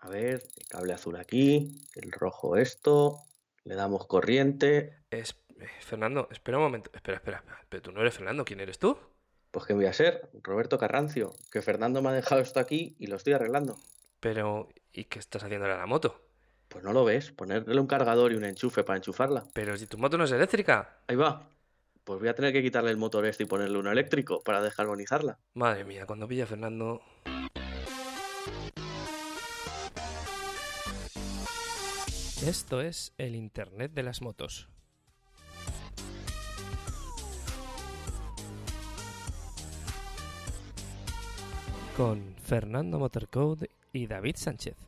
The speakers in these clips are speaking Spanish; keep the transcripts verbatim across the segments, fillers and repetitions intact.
A ver, el cable azul aquí, el rojo esto, le damos corriente. Es... eh, Fernando, espera un momento. Espera, espera, espera. Pero tú no eres Fernando, ¿quién eres tú? Pues ¿qué voy a ser? Roberto Carrancio, que Fernando me ha dejado esto aquí y lo estoy arreglando. Pero... ¿Y qué estás haciendo a la moto? Pues no lo ves, ponerle un cargador y un enchufe para enchufarla. Pero si tu moto no es eléctrica. Ahí va. Pues voy a tener que quitarle el motor este y ponerle uno eléctrico para descarbonizarla. Madre mía, cuando pilla a Fernando... Esto es el Internet de las motos. Con Fernando Motorcode y David Sánchez.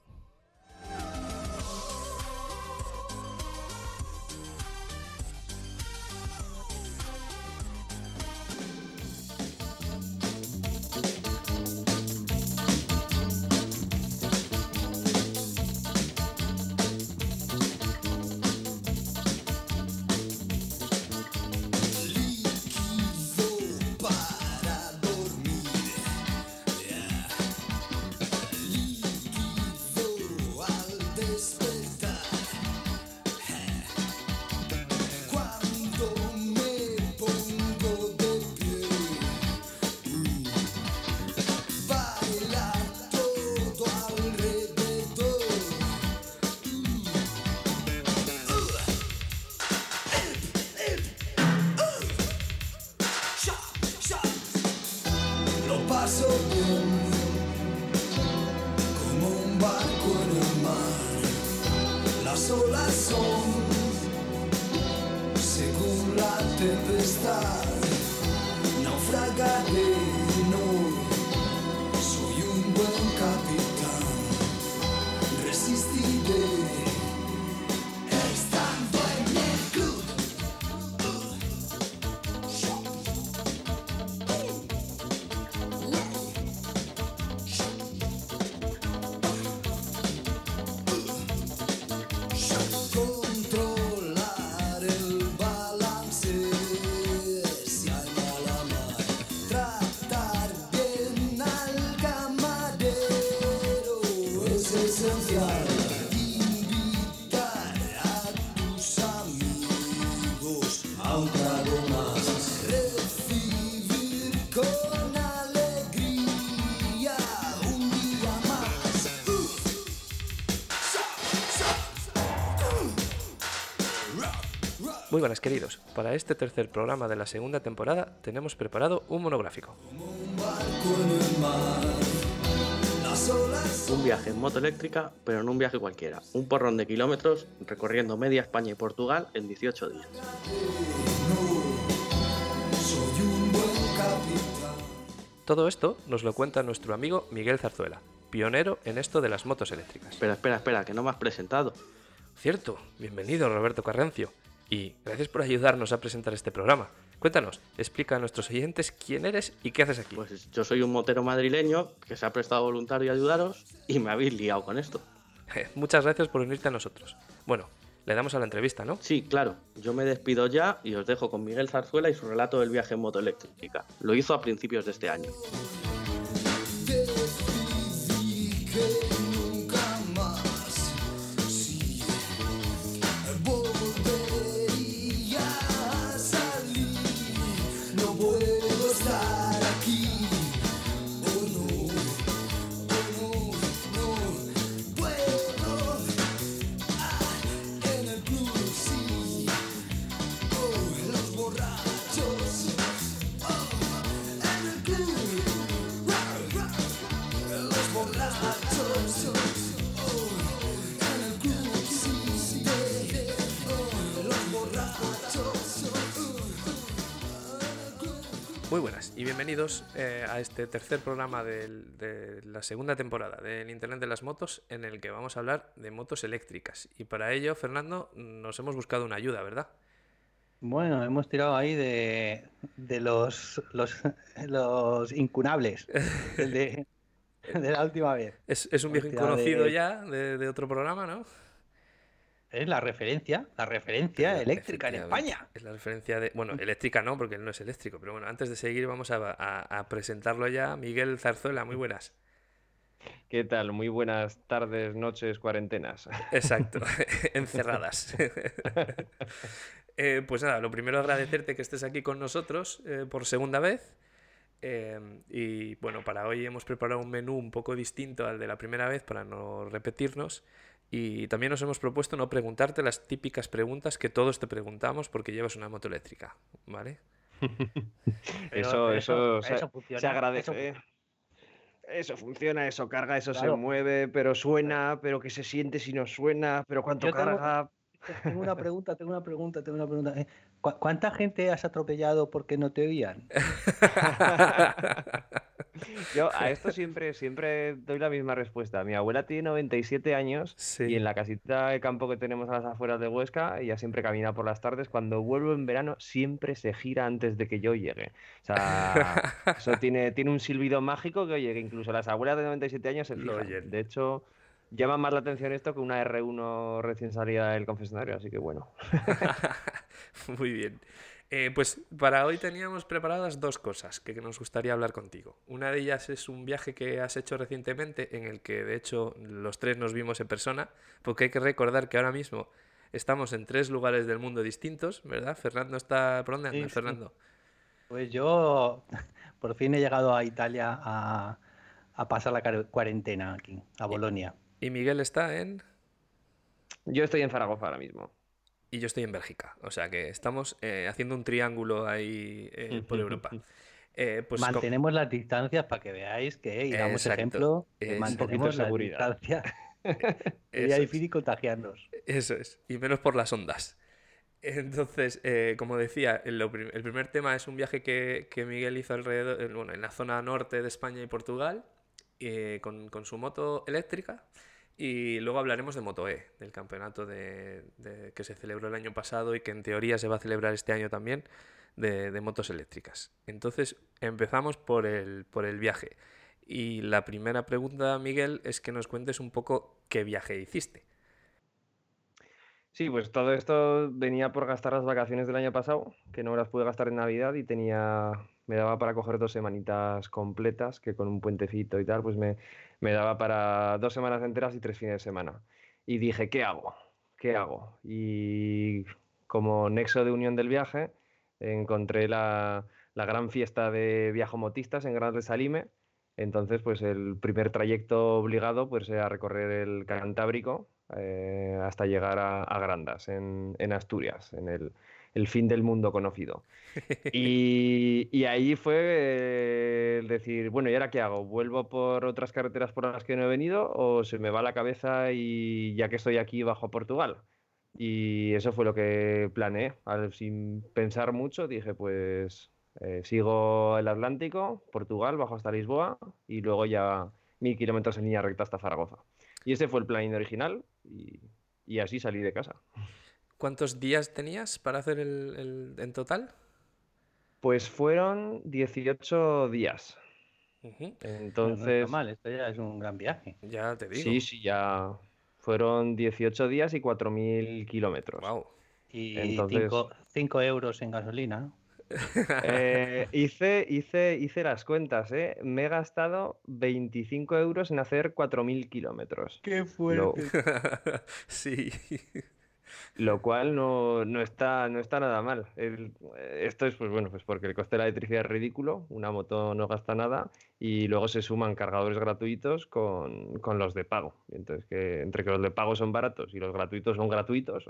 Muy buenas, queridos. Para este tercer programa de la segunda temporada tenemos preparado un monográfico. Un viaje en moto eléctrica, pero no un viaje cualquiera. Un porrón de kilómetros recorriendo media España y Portugal en dieciocho días. Todo esto nos lo cuenta nuestro amigo Miguel Zarzuela, pionero en esto de las motos eléctricas. Espera, espera, espera, que no me has presentado. Cierto, bienvenido Roberto Carrancio. Y gracias por ayudarnos a presentar este programa. Cuéntanos, explica a nuestros oyentes quién eres y qué haces aquí. Pues yo soy un motero madrileño que se ha prestado voluntario a ayudaros y me habéis liado con esto. Muchas gracias por unirte a nosotros. Bueno, le damos a la entrevista, ¿no? Sí, claro. Yo me despido ya y os dejo con Miguel Zarzuela y su relato del viaje en moto eléctrica. Lo hizo a principios de este año. Muy buenas y bienvenidos eh, a este tercer programa del- de la segunda temporada del Internet de las Motos, en el que vamos a hablar de motos eléctricas. Y para ello, Fernando, nos hemos buscado una ayuda, ¿verdad? Bueno, hemos tirado ahí de, de los, los, los incunables de, de la última vez. Es, es un Hemos viejo tirado conocido de... ya de, de otro programa, ¿no? Es la referencia, la Es referencia la- eléctrica en efectivamente, España. es la referencia de... Bueno, eléctrica no, porque él no es eléctrico, pero bueno, antes de seguir vamos a, a- a presentarlo ya. Miguel Zarzuela, muy buenas. ¿Qué tal? Muy buenas tardes, noches, cuarentenas. Exacto, encerradas. Eh, pues nada, lo primero agradecerte que estés aquí con nosotros eh, por segunda vez. Eh, y bueno, para hoy hemos preparado un menú un poco distinto al de la primera vez para no repetirnos. Y también nos hemos propuesto no preguntarte las típicas preguntas que todos te preguntamos porque llevas una moto eléctrica, ¿vale? Pero, Eso, pero eso, eso se, eso se funciona. Eso, agradece. ¿eh? Eso funciona, eso carga, eso se claro. mueve, pero suena, pero ¿qué se siente si no suena? ¿Pero cuánto Yo tengo, carga? tengo una pregunta, tengo una pregunta, tengo una pregunta. Eh, ¿cu- ¿Cuánta gente has atropellado porque no te oían? Yo a esto siempre, siempre doy la misma respuesta. Mi abuela tiene noventa y siete años y Sí. en la casita de campo que tenemos a las afueras de Huesca, ella siempre camina por las tardes. Cuando vuelvo en verano, siempre se gira antes de que yo llegue. O sea, eso tiene, tiene un silbido mágico que, oye, que incluso las abuelas de noventa y siete años se Lo fijan. oyen. De hecho, llama más la atención esto que una R uno recién salida del confesionario, así que bueno. Muy bien. Eh, pues para hoy teníamos preparadas dos cosas que que nos gustaría hablar contigo. Una de ellas es un viaje que has hecho recientemente en el que de hecho los tres nos vimos en persona, porque hay que recordar que ahora mismo estamos en tres lugares del mundo distintos, ¿verdad? Fernando está... ¿Por dónde Sí, andas, sí. Fernando? Pues yo por fin he llegado a Italia a, a pasar la car- cuarentena aquí, a Y, Bolonia. y Miguel está en... Yo estoy en Zaragoza ahora mismo. Y yo estoy en Bélgica. O sea que estamos eh, haciendo un triángulo ahí eh, por Europa. Eh, pues co- Mantenemos las distancias para que veáis que, y damos Exacto, ejemplo, que Un poquito de mantenemos las seguridad. distancias. Sería eso es, difícil contagiarnos. eso es. Y menos por las ondas. Entonces, eh, como decía, el, lo prim- el primer tema es un viaje que, que Miguel hizo alrededor, eh, bueno, en la zona norte de España y Portugal, eh, con, con su moto eléctrica. Y luego hablaremos de Moto E, del campeonato de, de- que se celebró el año pasado y que en teoría se va a celebrar este año también, de, de motos eléctricas. Entonces, empezamos por el, por el viaje. Y la primera pregunta, Miguel, es que nos cuentes un poco qué viaje hiciste. Sí, pues todo esto venía por gastar las vacaciones del año pasado, que no las pude gastar en Navidad y tenía, me daba para coger dos semanitas completas, que con un puentecito y tal, pues me, me daba para dos semanas enteras y tres fines de semana. Y dije, ¿qué hago? ¿Qué hago? Y como nexo de unión del viaje, encontré la, la gran fiesta de viajomotistas en Gran de Salime. Entonces, pues el primer trayecto obligado pues era recorrer el Cantábrico eh, hasta llegar a, a Grandas, en, en Asturias, en el, el fin del mundo conocido. Y, y ahí fue eh, el decir, bueno, ¿y ahora qué hago? ¿Vuelvo por otras carreteras por las que no he venido o se me va la cabeza y ya que estoy aquí bajo a Portugal? Y eso fue lo que planeé. Al- sin pensar mucho, dije, pues eh, sigo el Atlántico, Portugal, bajo hasta Lisboa y luego ya mil kilómetros en línea recta hasta Zaragoza. Y ese fue el plan original y, y así salí de casa. ¿Cuántos días tenías para hacer el, el- en total? Pues fueron dieciocho días. Ujú. Bueno, no está Entonces, mal, esto ya es un gran viaje. Ya te sí, digo. sí, ya fueron dieciocho días y cuatro mil kilómetros. Wow. Y Entonces, cinco, cinco euros en gasolina, ¿no? eh, hice, hice, hice las cuentas, ¿eh? Me he gastado veinticinco euros en hacer cuatro mil kilómetros. Qué Lo, fuerte. Sí. Lo cual no, no está, no está nada mal. El- esto es, pues bueno, pues porque el coste de la electricidad es ridículo, una moto no gasta nada y luego se suman cargadores gratuitos con, con los de pago. Y entonces, que entre que los de pago son baratos y los gratuitos son gratuitos.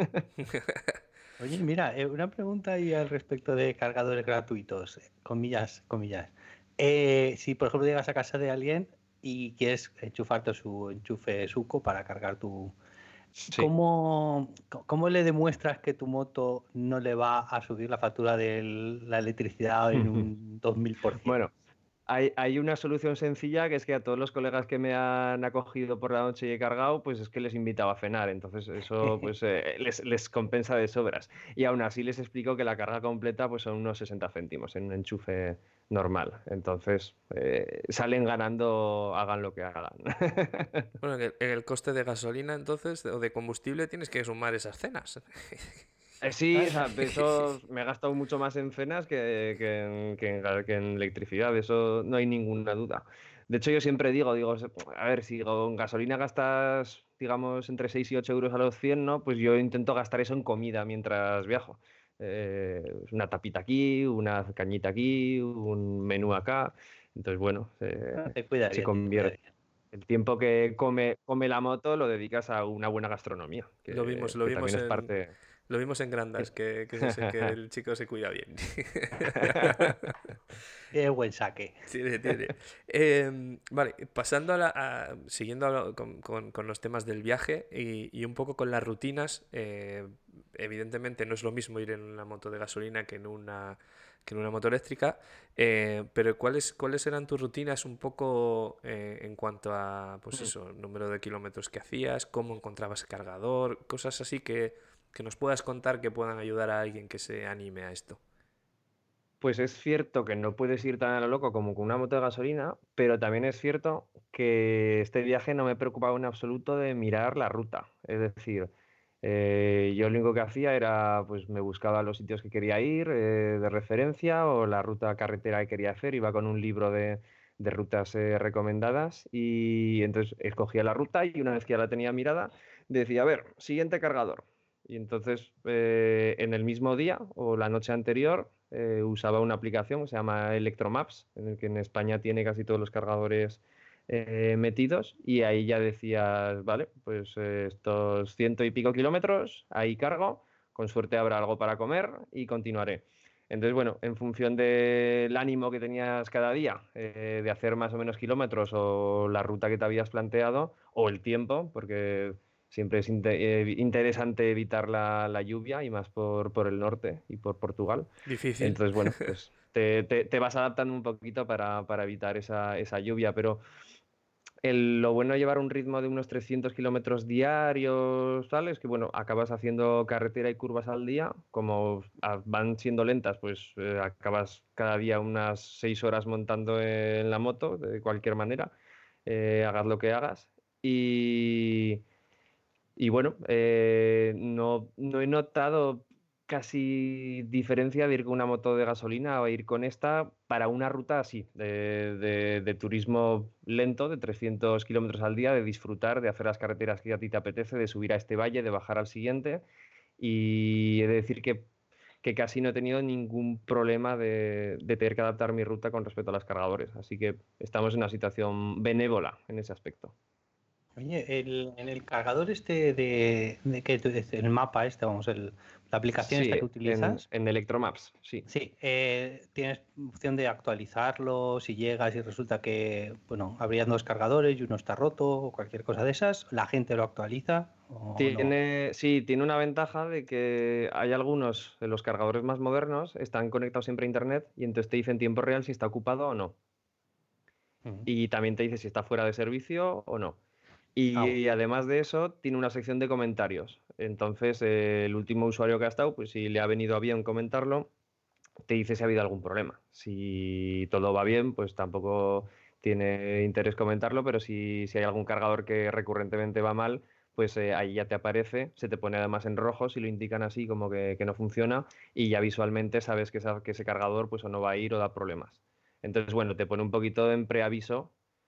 Oye, mira, eh, una pregunta ahí al respecto de cargadores gratuitos, eh, comillas, comillas. Eh, si por ejemplo llegas a casa de alguien y quieres enchufarte su enchufe Suco para cargar tu... Sí. ¿Cómo, co- cómo le demuestras que tu moto no le va a subir la factura de la electricidad en un dos mil por ciento? Bueno, hay, hay una solución sencilla que es que a todos los colegas que me han acogido por la noche y he cargado, pues es que les invitaba a cenar. Entonces eso pues eh, les, les compensa de sobras. Y aún así les explico que la carga completa pues son unos sesenta céntimos en un enchufe normal. Entonces eh, salen ganando, hagan lo que hagan. Bueno, en el, en el coste de gasolina, entonces, o de combustible, tienes que sumar esas cenas. Eh, Sí, o sea, eso me he gastado mucho más en cenas que, que en, que en ga- que en electricidad, de eso no hay ninguna duda. De hecho, yo siempre digo, digo, a ver, si con gasolina gastas, digamos, entre seis y ocho euros a los cien, ¿no? Pues yo intento gastar eso en comida mientras viajo. Eh, una tapita aquí, una cañita aquí, un menú acá. Entonces, bueno, eh, No, te cuida se bien, te cuida convierte. bien. El tiempo que come, come la moto lo dedicas a una buena gastronomía, Lo vimos, que, lo que vimos también es en, parte. lo vimos en Grandas, que, que se sé que el chico se cuida bien. Qué buen saque. Tiene, tiene. Em, vale, pasando a la, a- siguiendo a lo- con, con- con los temas del viaje y, y un poco con las rutinas, eh, evidentemente no es lo mismo ir en una moto de gasolina que en una, que en una moto eléctrica, eh, pero ¿cuáles, cuáles eran tus rutinas un poco eh, en cuanto a, pues eso, número de kilómetros que hacías, cómo encontrabas cargador, cosas así que, que nos puedas contar que puedan ayudar a alguien que se anime a esto? Pues es cierto que no puedes ir tan a lo loco como con una moto de gasolina, pero también es cierto que este viaje no me preocupaba en absoluto de mirar la ruta. Es decir, eh, yo lo único que hacía era, pues me buscaba los sitios que quería ir eh, de referencia o la ruta carretera que quería hacer, iba con un libro de, de rutas eh, recomendadas y entonces escogía la ruta y una vez que ya la tenía mirada, decía, a ver, siguiente cargador. Y entonces, eh, en el mismo día o la noche anterior, eh, usaba una aplicación que se llama Electromaps, en el que en España tiene casi todos los cargadores eh, metidos, y ahí ya decías, vale, pues eh, estos ciento y pico kilómetros, ahí cargo, con suerte habrá algo para comer y continuaré. Entonces, bueno, en función del ánimo que tenías cada día, eh, de hacer más o menos kilómetros o la ruta que te habías planteado, o el tiempo, porque siempre es inte- eh, interesante evitar la, la lluvia y más por, por el norte y por Portugal. Difícil. Entonces, bueno, pues te, te- te vas adaptando un poquito para, para evitar esa, esa lluvia, pero el- lo bueno de llevar un ritmo de unos trescientos kilómetros diarios, tal, es que, bueno, acabas haciendo carretera y curvas al día, como ah, van siendo lentas, pues eh, acabas cada día unas seis horas montando en la moto, de cualquier manera, eh, hagas lo que hagas. Y, y bueno, eh, no, no he notado casi diferencia de ir con una moto de gasolina o ir con esta para una ruta así, de, de- de turismo lento, de trescientos kilómetros al día, de disfrutar, de hacer las carreteras que a ti te apetece, de subir a este valle, de bajar al siguiente. Y he de decir que, que casi no he tenido ningún problema de, de tener que adaptar mi ruta con respecto a los cargadores. Así que estamos en una situación benévola en ese aspecto. Oye, el, en el cargador este de, de que tú dices, el mapa este, vamos, el, la aplicación esta Sí, que en, utilizas, en Electromaps, sí. sí, eh, tienes opción de actualizarlo si llegas y resulta que, bueno, habrían dos cargadores y uno está roto o cualquier cosa de esas, ¿la gente lo actualiza o no? Tiene, sí, tiene una ventaja de que hay algunos de los cargadores más modernos, están conectados siempre a internet y entonces te dice en tiempo real si está ocupado o no. Ujú. Y también te dice si está fuera de servicio o no. Ah, bueno. Y, además de eso, tiene una sección de comentarios. Entonces, eh, el último usuario que ha estado, pues si le ha venido a bien comentarlo, te dice si ha habido algún problema. Si todo va bien, pues tampoco tiene interés comentarlo, pero si, si hay algún cargador que recurrentemente va mal, pues eh, ahí ya te aparece, se te pone además en rojo si lo indican así como que, que no funciona y ya visualmente sabes que, esa- que ese cargador pues o no va a ir o da problemas. Entonces, bueno, te pone un poquito en preaviso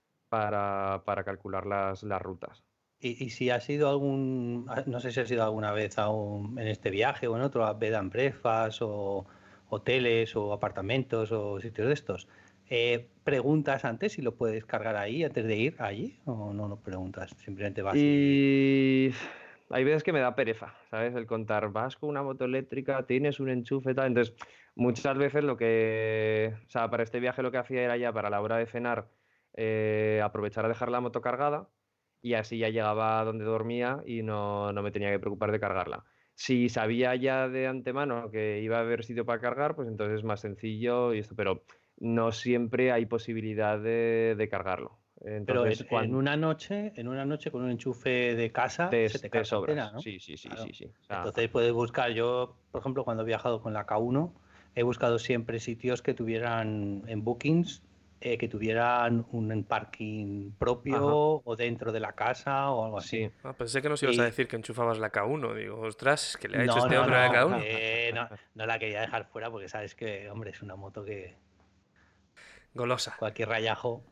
para, para calcular las, las rutas. Y, y si has ido algún, ah, no sé si has ido alguna vez a un- en este viaje o en otro, a bed and breakfast o hoteles o apartamentos o sitios de estos, eh, ¿preguntas antes si lo puedes cargar ahí antes de ir allí o no lo preguntas? Simplemente vas y... Y hay veces que me da pereza, ¿sabes? El contar, vas con una moto eléctrica, tienes un enchufe, tal. Entonces, muchas veces lo que, o sea, para este viaje lo que hacía era ya para la hora de cenar, eh, aprovechar a dejar la moto cargada y así ya llegaba a donde dormía y no, no me tenía que preocupar de cargarla. Si sabía ya de antemano que iba a haber sitio para cargar, pues entonces es más sencillo y esto, pero no siempre hay posibilidad de, de cargarlo. Pero Entonces, en, en cuando una noche, en una noche con un enchufe de casa te, se te te carga sobras, entera, ¿no? sí, sí, sí, sí, Claro. sí. O sea, Entonces puedes buscar, yo, por ejemplo, cuando he viajado con la K uno, he buscado siempre sitios que tuvieran en bookings, eh, que tuvieran un parking propio ajá, o dentro de la casa o algo así. sí. Ah, pensé que nos ibas a Y decir que enchufabas la K uno. Digo, ostras, ¿qué le ha hecho no, este no, hombre a la no, K uno? eh, no, no la quería dejar fuera porque sabes que, hombre, es una moto que Golosa. cualquier rayajo.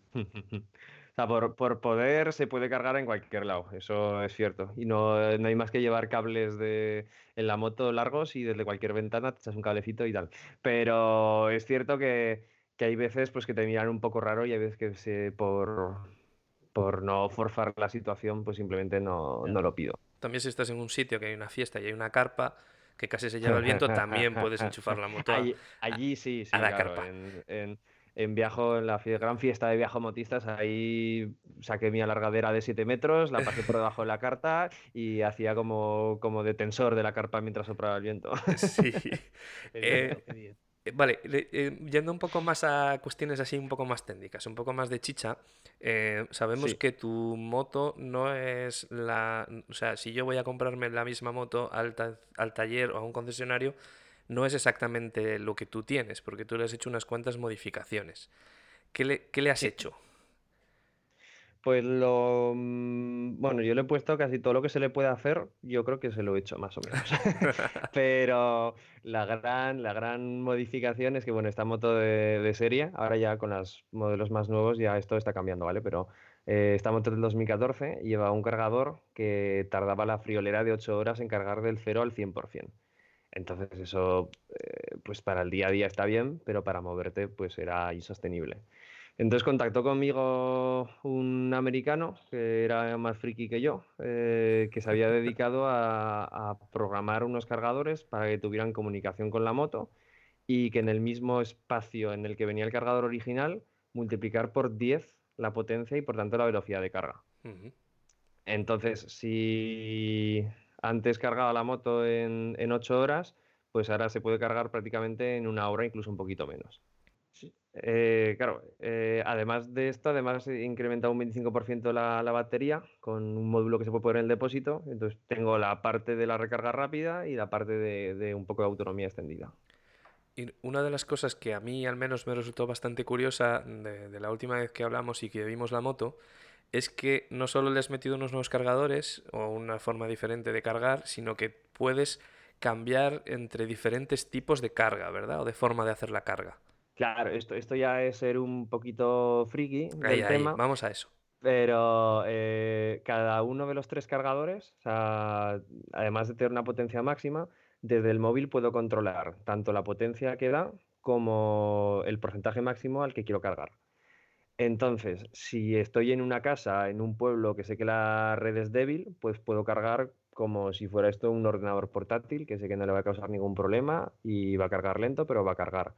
O sea, por, por poder se puede cargar en cualquier lado, eso es cierto. Y no, no hay más que llevar cables de, en la moto largos y desde cualquier ventana te echas un cablecito y tal. Pero es cierto que, que hay veces pues, que te miran un poco raro y hay veces que se, por, por no forzar la situación, pues simplemente no, Ya. no lo pido. También si estás en un sitio que hay una fiesta y hay una carpa que casi se lleva el viento, también puedes enchufar la moto a, Allí, a- allí sí, a sí, la claro. carpa. En, en, en viajo, en la fie- gran fiesta de viajomotistas, ahí saqué mi alargadera de siete metros, la pasé por debajo de la carta y hacía como, como de tensor de la carpa mientras soplaba el viento. Sí. Qué bien, Eh, qué bien. Eh, Vale, le- eh, yendo un poco más a cuestiones así un poco más técnicas, un poco más de chicha, eh, sabemos Sí, que tu moto no es la... O sea, si yo voy a comprarme la misma moto al, ta- al taller o a un concesionario, no es exactamente lo que tú tienes, porque tú le has hecho unas cuantas modificaciones. ¿Qué le, qué le has Sí. hecho? pues lo... mm, Bueno, yo le he puesto casi todo lo que se le puede hacer, yo creo que se lo he hecho más o menos. Pero la gran, la gran modificación es que, bueno, esta moto de, de serie, ahora ya con los modelos más nuevos ya esto está cambiando, ¿vale? Pero eh, esta moto del dos mil catorce lleva un cargador que tardaba la friolera de ocho horas en cargar del cero al cien por ciento. Entonces eso, eh, pues para el día a día está bien, pero para moverte pues era insostenible. Entonces contactó conmigo un americano que era más friki que yo, eh, que se había dedicado a, a programar unos cargadores para que tuvieran comunicación con la moto y que en el mismo espacio en el que venía el cargador original, multiplicar por diez la potencia y por tanto la velocidad de carga. Ujú. Entonces, si antes cargaba la moto en, en ocho horas, pues ahora se puede cargar prácticamente en una hora, incluso un poquito menos. Sí. Eh, claro, eh, además de esto, además he incrementado un veinticinco por ciento la, la batería con un módulo que se puede poner en el depósito. Entonces tengo la parte de la recarga rápida y la parte de, de un poco de autonomía extendida. Y una de las cosas que a mí al menos me resultó bastante curiosa de, de la última vez que hablamos y que vimos la moto es que no solo le has metido unos nuevos cargadores o una forma diferente de cargar, sino que puedes cambiar entre diferentes tipos de carga, ¿verdad? O de forma de hacer la carga. Claro, esto, esto ya es ser un poquito friki Ahí, del ahí, tema. vamos a eso. Pero eh, cada uno de los tres cargadores, o sea, además de tener una potencia máxima, desde el móvil puedo controlar tanto la potencia que da como el porcentaje máximo al que quiero cargar. Entonces, si estoy en una casa, en un pueblo que sé que la red es débil, pues puedo cargar como si fuera esto un ordenador portátil, que sé que no le va a causar ningún problema y va a cargar lento, pero va a cargar.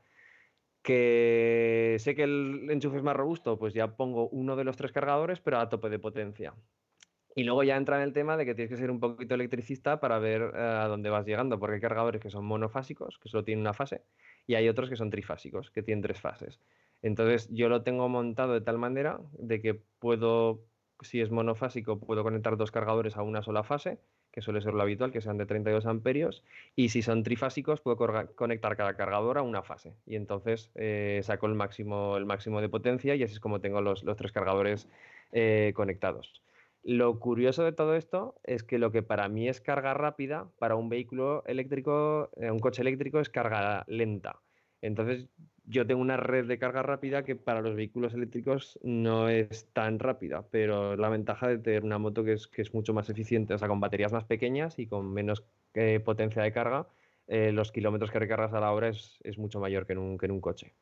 Que sé que el enchufe es más robusto, pues ya pongo uno de los tres cargadores, pero a tope de potencia. Y luego ya entra en el tema de que tienes que ser un poquito electricista para ver eh, a dónde vas llegando, porque hay cargadores que son monofásicos, que solo tienen una fase, y hay otros que son trifásicos, que tienen tres fases. Entonces yo lo tengo montado de tal manera de que puedo, si es monofásico, puedo conectar dos cargadores a una sola fase, que suele ser lo habitual, que sean de treinta y dos amperios, y si son trifásicos, puedo corga- conectar cada cargador a una fase. Y entonces eh, saco el máximo, el máximo de potencia y así es como tengo los, los tres cargadores eh, conectados. Lo curioso de todo esto es que lo que para mí es carga rápida, para un vehículo eléctrico, eh, un coche eléctrico es carga lenta. Entonces, yo tengo una red de carga rápida que para los vehículos eléctricos no es tan rápida, pero la ventaja de tener una moto que es, que es mucho más eficiente, o sea, con baterías más pequeñas y con menos eh, potencia de carga, eh, los kilómetros que recargas a la hora es, es mucho mayor que en un, que en un coche.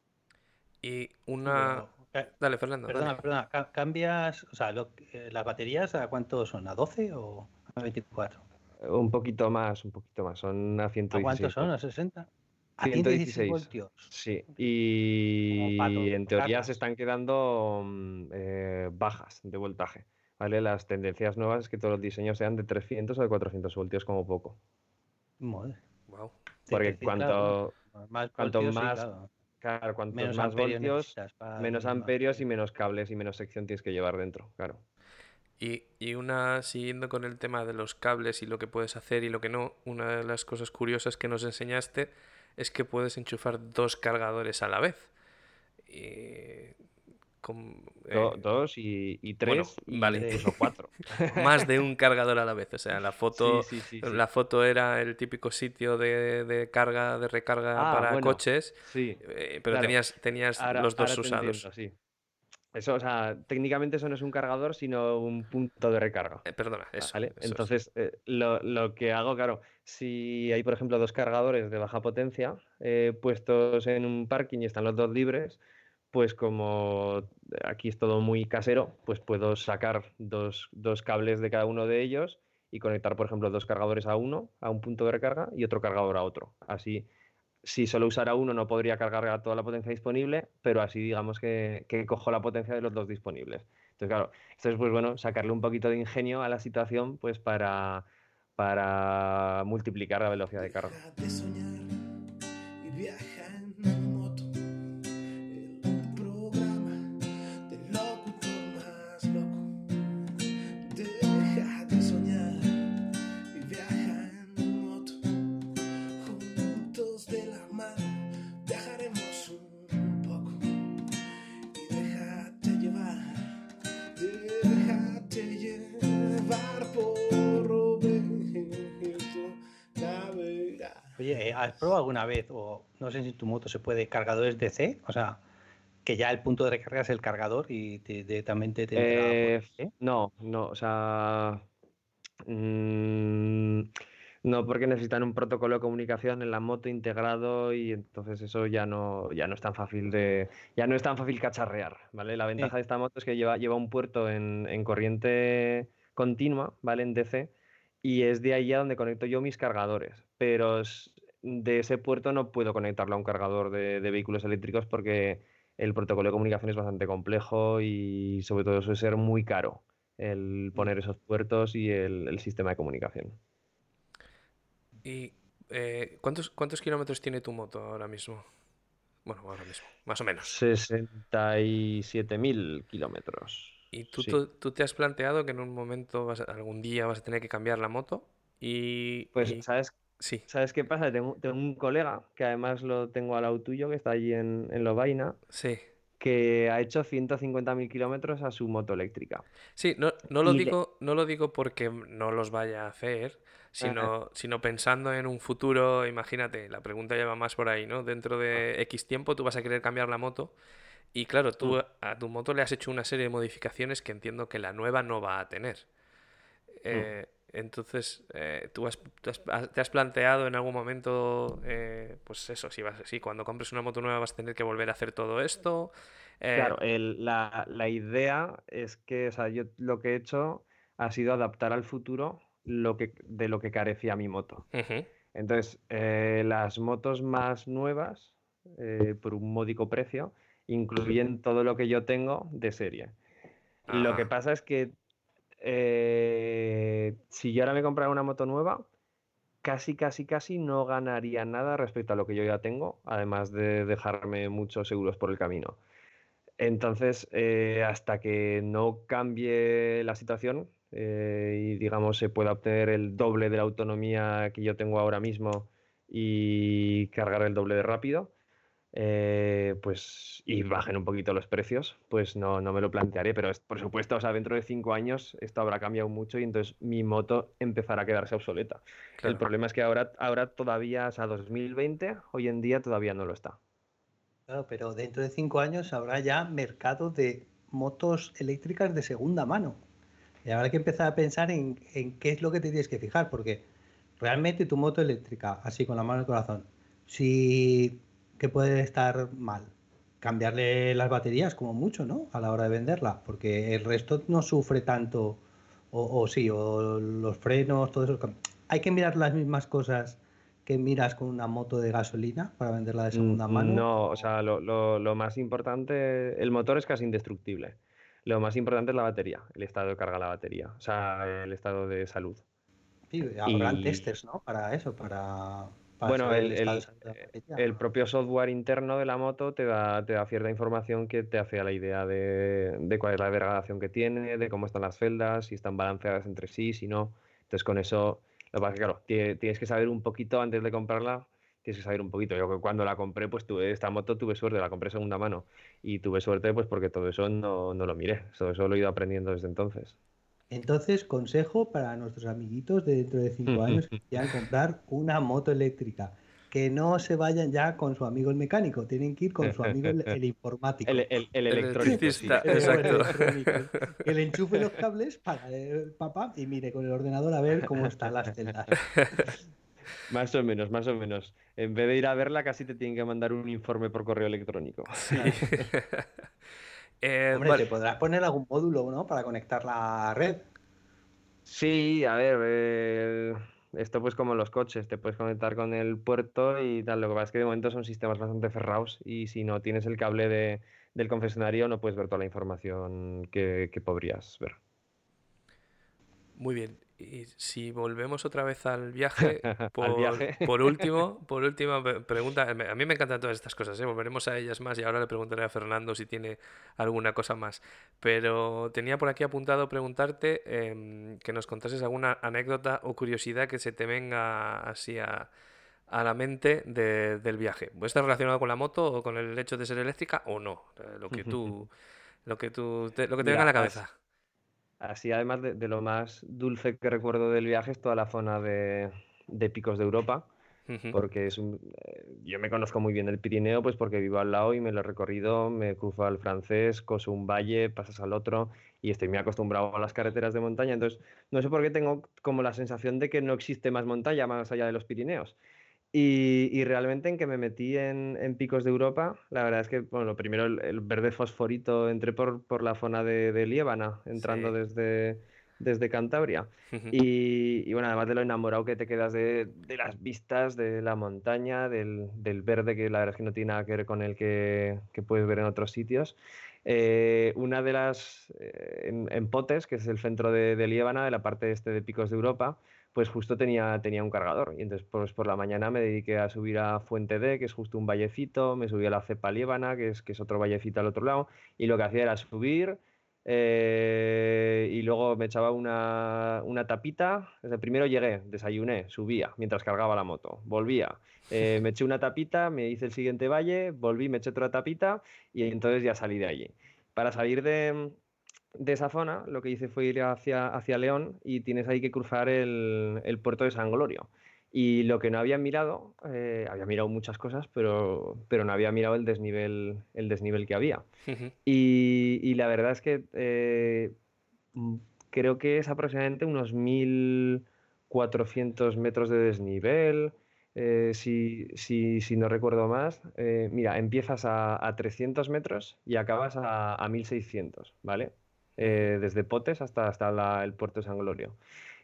Y Sí, una... pero. ca- Dale, Fernando, dale. Perdona, perdona. ca- ¿Cambias, o sea, lo que- las baterías a cuánto son? ¿A doce o a veinticuatro? Un poquito más, un poquito más, son a ciento ¿A cuántos dieciséis son? ¿A voltios. sesenta? ¿A ciento ciento dieciséis dieciséis voltios? sí. Como para Y en teoría se tocarlas. están quedando mm, eh, bajas de voltaje, ¿vale? Las tendencias nuevas es que todos los diseños sean de trescientos o de cuatrocientos voltios como poco. Madre. Sí, Porque sí, claro, bueno. cuanto, Más cuanto voltios, sí, más, claro. claro, cuantos Menos más amperios voltios, necesitas para menos ir más. amperios y menos cables y menos sección tienes que llevar dentro, claro. Y, y una, siguiendo con el tema de los cables y lo que puedes hacer y lo que no, una de las cosas curiosas que nos enseñaste es que puedes enchufar dos cargadores a la vez. Y con- Do- eh, dos y, y bueno, tres y vale, Sí. incluso cuatro. más de un cargador a la vez. O sea, la Sí, foto, sí, sí, sí. la foto era el típico sitio de, de carga, de recarga Ah, para bueno, coches, sí, eh, pero claro. tenías, tenías Ahora, los dos ahora te usados. entiendo, sí. Eso, o sea, técnicamente eso no es un cargador, sino un punto de recarga. Eh, perdona, eso. ¿Vale? eso Entonces, eh, lo, lo que hago, claro, si hay, por ejemplo, dos cargadores de baja potencia eh, puestos en un parking y están los dos libres, pues como aquí es todo muy casero, pues puedo sacar dos, dos cables de cada uno de ellos y conectar, por ejemplo, dos cargadores a uno, a un punto de recarga, y otro cargador a otro. Así, si solo usara uno no podría cargar a toda la potencia disponible, pero así digamos que, que cojo la potencia de los dos disponibles. Entonces, claro, esto es pues bueno, sacarle un poquito de ingenio a la situación pues para, para multiplicar la velocidad de carga. Deja de soñar y viaja en moto. El programa del locutor más loco. Deja de soñar y viaja en moto. Juntos de la mano viajaremos un poco. Y déjate llevar, déjate llevar por Roberto Navega. Oye, eh, ¿has probado alguna vez, o no sé si en tu moto se puede, cargadores D C? O sea, que ya el punto de recarga es el cargador y te- directamente te entrega Eh, potencia. no, no, o sea, mm, no, porque necesitan un protocolo de comunicación en la moto integrado y entonces eso ya no, ya no es tan fácil de, ya no es tan fácil cacharrear, ¿vale? La Eh, ventaja de esta moto es que lleva, lleva un puerto en, en corriente continua, ¿vale? En D C, y es de ahí a donde conecto yo mis cargadores, pero es- de ese puerto no puedo conectarlo a un cargador de, de vehículos eléctricos porque el protocolo de comunicación es bastante complejo y sobre todo suele ser muy caro el poner esos puertos y el, el sistema de comunicación. ¿Y eh, ¿cuántos, cuántos kilómetros tiene tu moto ahora mismo? Bueno, ahora mismo, más o menos. sesenta y siete mil kilómetros. ¿Y tú, Sí. tú, tú te has planteado que en un momento, vas a- algún día vas a tener que cambiar la moto? Y, Pues, y ¿sabes, sí, ¿sabes qué pasa? Tengo, tengo un colega que además lo tengo al lado tuyo, que está allí en, en Lovaina, sí. que ha hecho ciento cincuenta mil kilómetros a su moto eléctrica. Sí, no, no lo Y le- digo, no lo digo porque no los vaya a hacer, eh, sino, sino pensando en un futuro, imagínate, la pregunta ya va más por ahí, ¿no? Dentro de X tiempo tú vas a querer cambiar la moto y claro, mm, tú a tu moto le has hecho una serie de modificaciones que entiendo que la nueva no va a tener. mm. Eh, entonces, eh, ¿tú has, tú has- has- te has planteado en algún momento, eh, pues eso, si vas, si cuando compres una moto nueva vas a tener que volver a hacer todo esto? Eh, Claro, el- la, la idea es que, o sea, yo lo que he hecho ha sido adaptar al futuro lo que, de lo que carecía mi moto. ujú. Entonces, eh, las motos más nuevas, eh, por un módico precio, incluyen todo lo que yo tengo de serie. Lo que Ajá. pasa es que eh, si yo ahora me comprara una moto nueva, casi, casi, casi no ganaría nada respecto a lo que yo ya tengo, además de dejarme muchos seguros por el camino. Entonces, eh, hasta que no cambie la situación eh, y, digamos, se pueda obtener el doble de la autonomía que yo tengo ahora mismo y cargar el doble de rápido, eh, pues, y bajen un poquito los precios, pues no, no me lo plantearé. Pero, es- por supuesto, o sea, dentro de cinco años esto habrá cambiado mucho y entonces mi moto empezará a quedarse obsoleta. El Claro. problema es que ahora, ahora todavía, o sea, dos mil veinte, hoy en día todavía no lo está. Claro, pero dentro de cinco años habrá ya mercado de motos eléctricas de segunda mano. Y habrá que empezar a pensar en, en qué es lo que te tienes que fijar, porque realmente tu moto eléctrica, así con la mano en el corazón, sí que puede estar mal. Cambiarle las baterías como mucho, ¿no? A la hora de venderla, porque el resto no sufre tanto, o, o sí, o los frenos, todo eso. Hay que mirar las mismas cosas que miras con una moto de gasolina para venderla de Mm, segunda mano. No, o O... sea, lo, lo- lo más importante, el motor es casi indestructible. Lo más importante es la batería, el estado de carga de la batería, o sea, el estado de salud. Sí, habrán Y testers, ¿no? Para eso, para, para bueno, saber el, el estado de el- salud de la batería. el propio software interno de la moto te da, te da cierta información que te hace a la idea de, de cuál es la degradación que tiene, de cómo están las celdas, si están balanceadas entre sí, si no. Entonces, con eso, lo que pasa es que, claro, tie- tienes que saber un poquito antes de comprarla, tienes que saber un poquito. Yo que cuando la compré, pues tuve esta moto, tuve suerte, la compré segunda mano. Y tuve suerte, pues porque todo eso no, no lo miré. Todo eso lo he ido aprendiendo desde entonces. Entonces, consejo para nuestros amiguitos de dentro de cinco años que quieran comprar una moto eléctrica. que no se vayan ya con su amigo el mecánico, tienen que ir con su amigo el, el informático. El, el, el electrónico, sí. electricista, El, el exacto. electrónico. Que le enchufe los cables para el papá y mire con el ordenador a ver cómo están las celdas. Más o menos, más o menos. En vez de ir a verla, casi te tienen que mandar un informe por correo electrónico. Sí. Claro. Eh, Hombre, vale. te podrás poner algún módulo, ¿no? Para conectar la red. Sí, a ver, eh, esto pues como los coches, te puedes conectar con el puerto y tal. Lo que pasa es que de momento son sistemas bastante cerrados y si no tienes el cable de, del concesionario no puedes ver toda la información que, que podrías ver. Muy bien. Y si volvemos otra vez al viaje, Al por, viaje. por último, por última pe- pregunta, a mí me encantan todas estas cosas, ¿eh? Volveremos a ellas más y ahora le preguntaré a Fernando si tiene alguna cosa más. Pero tenía por aquí apuntado preguntarte em, que nos contases alguna anécdota o curiosidad que se te venga así a, a la mente de- del viaje. ¿Puede estar relacionado con la moto o con el hecho de ser eléctrica o no? Eh, Lo que tú, lo que tú te- lo que te venga a Mira, la as- cabeza. así además de, de lo más dulce que recuerdo del viaje es toda la zona de, de Picos de Europa, Ujú. porque es un, eh, yo me conozco muy bien el Pirineo, pues porque vivo al lado y me lo he recorrido, me cruzo al francés, coso un valle, pasas al otro y estoy muy acostumbrado a las carreteras de montaña, entonces no sé por qué tengo como la sensación de que no existe más montaña más allá de los Pirineos. Y, y realmente en que me metí en, en Picos de Europa, la verdad es que, bueno, lo primero, el, el verde fosforito, entré por, por la zona de, de Liébana, entrando Sí. desde, desde Cantabria. Ujú. Y, y bueno, además de lo enamorado que te quedas de, de las vistas, de la montaña, del, del verde, que la verdad es que no tiene nada que ver con el que, que puedes ver en otros sitios. Eh, una de las, eh, en, en Potes, que es el centro de, de Liébana, de la parte este de Picos de Europa, pues justo tenía, tenía un cargador. Y entonces pues por la mañana me dediqué a subir a Fuente D, que es justo un vallecito, me subí a la Cepa Liébana, que es, que es otro vallecito al otro lado, y lo que hacía era subir, eh, y luego me echaba una, una tapita. Desde primero llegué, desayuné, subía mientras cargaba la moto, volvía, eh, me eché una tapita, me hice el siguiente valle, volví, me eché otra tapita y entonces ya salí de allí. Para salir de, de esa zona, lo que hice fue ir hacia, hacia León y tienes ahí que cruzar el, el puerto de San Glorio. Y lo que no había mirado, eh, había mirado muchas cosas, pero, pero no había mirado el desnivel, el desnivel que había. Ujú. Y, y la verdad es que eh, mm, creo que es aproximadamente unos mil cuatrocientos metros de desnivel, eh, si, si, si no recuerdo más. Eh, mira, empiezas a, a trescientos metros y acabas a, a mil seiscientos, ¿vale? Ujú. Eh, desde Potes hasta, hasta la- el puerto de San Glorio.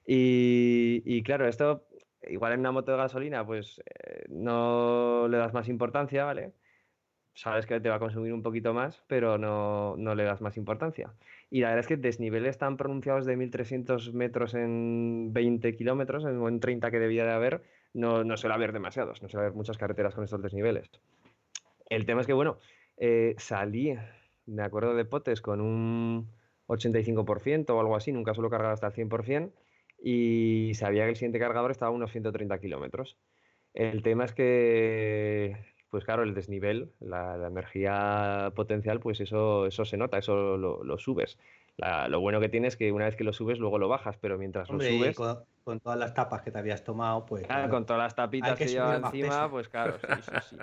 Y, y claro, esto, igual en una moto de gasolina, pues eh, no le das más importancia, ¿vale? Sabes que te va a consumir un poquito más, pero no, no le das más importancia. Y la verdad es que desniveles tan pronunciados de mil trescientos metros en veinte kilómetros, en, o en treinta que debía de haber, no, no suele haber demasiados, no suele haber muchas carreteras con estos desniveles. El tema es que, bueno, eh, salí, me acuerdo de Potes, con un ochenta y cinco por ciento o algo así, nunca suelo cargar hasta el cien por ciento, y sabía que el siguiente cargador estaba a unos ciento treinta kilómetros. El tema es que, pues claro, el desnivel, la, la energía potencial, pues eso, eso se nota, eso lo, lo subes. La- lo bueno que tienes es que una vez que lo subes, luego lo bajas, pero mientras lo Hombre, y subes, con, con todas las tapas que te habías tomado, pues claro, con claro, todas las hay tapitas que que lleva subir más encima, peso. pues claro, sí, sí, sí.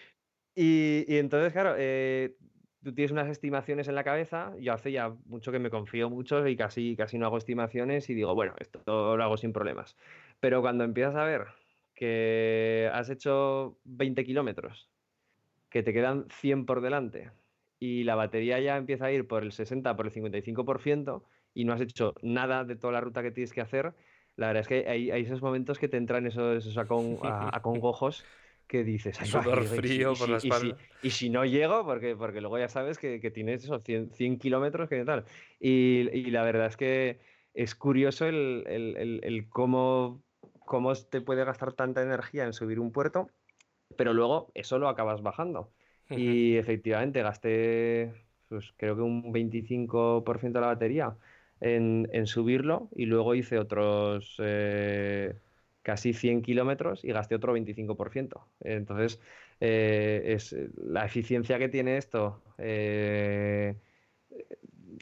Y, y entonces, claro, eh, tú tienes unas estimaciones en la cabeza. Yo hace ya mucho que me confío mucho y casi, casi no hago estimaciones y digo, bueno, esto lo hago sin problemas. Pero cuando empiezas a ver que has hecho veinte kilómetros, que te quedan cien por delante y la batería ya empieza a ir por el sesenta, por el cincuenta y cinco por ciento y no has hecho nada de toda la ruta que tienes que hacer, la verdad es que hay, hay esos momentos que te entran esos, esos acon- a- acongojos que dices, ay, va, y, Sudor digo, y, si, frío y, por la si, y, si, espalda. y si no llego, porque, porque luego ya sabes que, que tienes esos cien, cien kilómetros, que tal. Y, y la verdad es que es curioso el, el, el, el cómo, cómo te puede gastar tanta energía en subir un puerto, pero luego eso lo acabas bajando. Ujú. Y efectivamente gasté, pues creo que un veinticinco por ciento de la batería en, en subirlo y luego hice otros eh, casi cien kilómetros y gasté otro veinticinco por ciento. Entonces, eh, es la eficiencia que tiene esto. eh,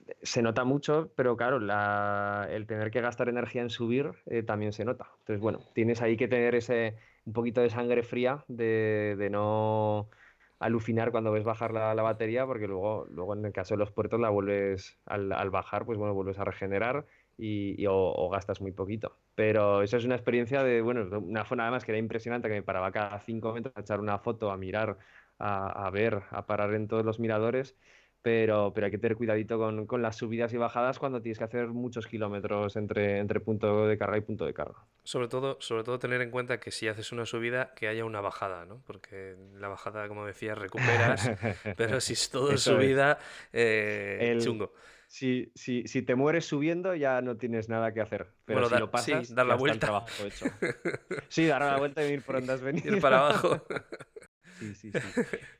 se nota mucho, pero claro, la, el tener que gastar energía en subir eh, también se nota. Entonces, bueno, tienes ahí que tener ese un poquito de sangre fría de, de no alucinar cuando ves bajar la, la batería, porque luego, luego en el caso de los puertos la vuelves, al, al bajar, pues bueno, vuelves a regenerar y, y o, o gastas muy poquito. Pero eso es una experiencia de, bueno, una zona además que era impresionante, que me paraba cada cinco metros a echar una foto, a mirar, a, a ver, a parar en todos los miradores. Pero, pero hay que tener cuidadito con, con las subidas y bajadas cuando tienes que hacer muchos kilómetros entre, entre punto de carga y punto de carga. Sobre todo, sobre todo tener en cuenta que si haces una subida, que haya una bajada, ¿no? Porque la bajada, como decías, recuperas, pero si es todo Eso subida, eh, El- chungo. Si, si, si te mueres subiendo ya no tienes nada que hacer, pero Bueno, si da- lo pasas sí, dar ya la está vuelta. el trabajo hecho. Sí, dar la vuelta y ir por donde has Ir venido. para abajo. Sí, sí, sí.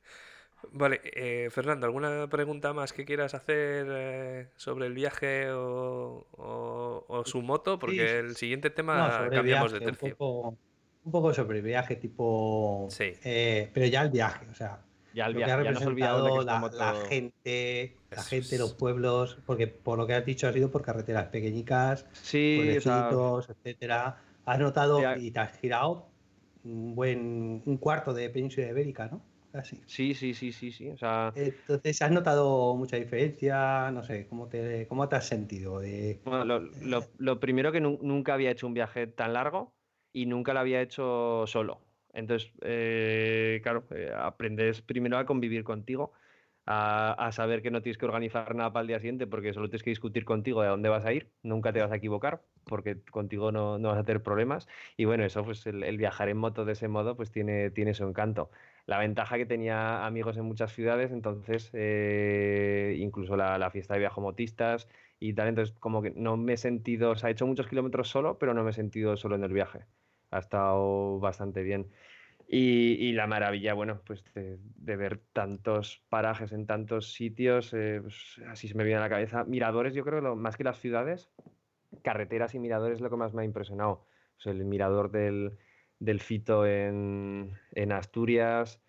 Vale, eh, Fernando, ¿alguna pregunta más que quieras hacer eh, sobre el viaje o, o- o su moto? Porque Sí, el siguiente no, tema sobre cambiamos de viaje, un tercio. poco, un poco sobre viaje, tipo, Sí, eh, pero ya el viaje, o sea, Ya el lo que ha viaje, ya nos olvidamos de que representado esta la, la moto... gente, la eso gente, los es. pueblos, porque por lo que has dicho ha sido por carreteras pequeñicas, Sí, o sea, pueblecitos, etcétera. Has sí, notado a- y te has girado un buen, un cuarto de península ibérica, ¿no? Casi. sí, sí, sí, sí, sí, o sea, Entonces, ¿has notado mucha diferencia? No sé, ¿cómo te, cómo te has sentido? De, bueno, lo, eh, lo- lo primero que nu- nunca había hecho un viaje tan largo y nunca lo había hecho solo. Entonces, eh, claro, eh, aprendes primero a convivir contigo, a, a saber que no tienes que organizar nada para el día siguiente porque solo tienes que discutir contigo de a dónde vas a ir, nunca te vas a equivocar porque contigo no, no vas a tener problemas. Y bueno, eso, pues el, el viajar en moto de ese modo, pues tiene, tiene su encanto. La ventaja que tenía amigos en muchas ciudades, entonces eh, incluso la, la fiesta de viajomotistas y tal, entonces como que no me he sentido, o sea, he hecho muchos kilómetros solo, pero no me he sentido solo en el viaje. Ha estado bastante bien. Y, y la maravilla, bueno, pues de, de ver tantos parajes en tantos sitios, eh, pues, así se me viene a la cabeza. Miradores, yo creo que lo, más que las ciudades, carreteras y miradores es lo que más me ha impresionado. O sea, el mirador del, del Fito en, en Asturias,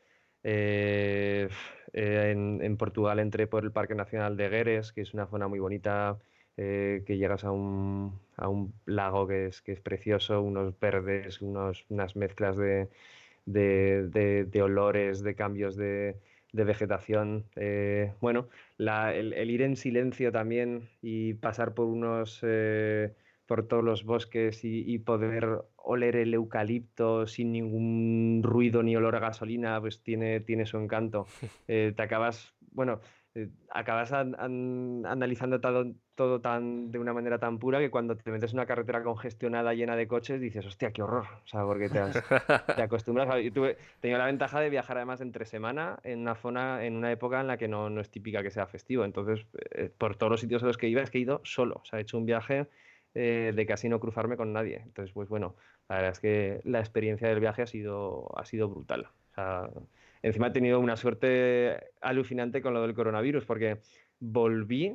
eh, eh, en, en Portugal entré por el Parque Nacional de Gueres, que es una zona muy bonita, eh, que llegas a un, a un lago que es, que es precioso, unos verdes, unos, unas mezclas de, de, de- de olores, de cambios de, de vegetación. Eh, bueno, la- el, el ir en silencio también y pasar por unos, eh, por todos los bosques y, y poder oler el eucalipto sin ningún ruido ni olor a gasolina, pues tiene, tiene su encanto. Eh, te acabas, bueno, eh, acabas an- an- analizando todo, todo tan, de una manera tan pura que cuando te metes en una carretera congestionada llena de coches dices, hostia, qué horror. O sea, porque te has, te acostumbras a... Yo tuve, tenía la ventaja de viajar además entre semana en una zona, en una época en la que no, no es típica que sea festivo. Entonces, eh, por todos los sitios a los que iba es que he ido solo. O sea, he hecho un viaje eh, de casi no cruzarme con nadie. Entonces, pues bueno, la verdad es que la experiencia del viaje ha sido, ha sido brutal. O sea, encima he tenido una suerte alucinante con lo del coronavirus, porque volví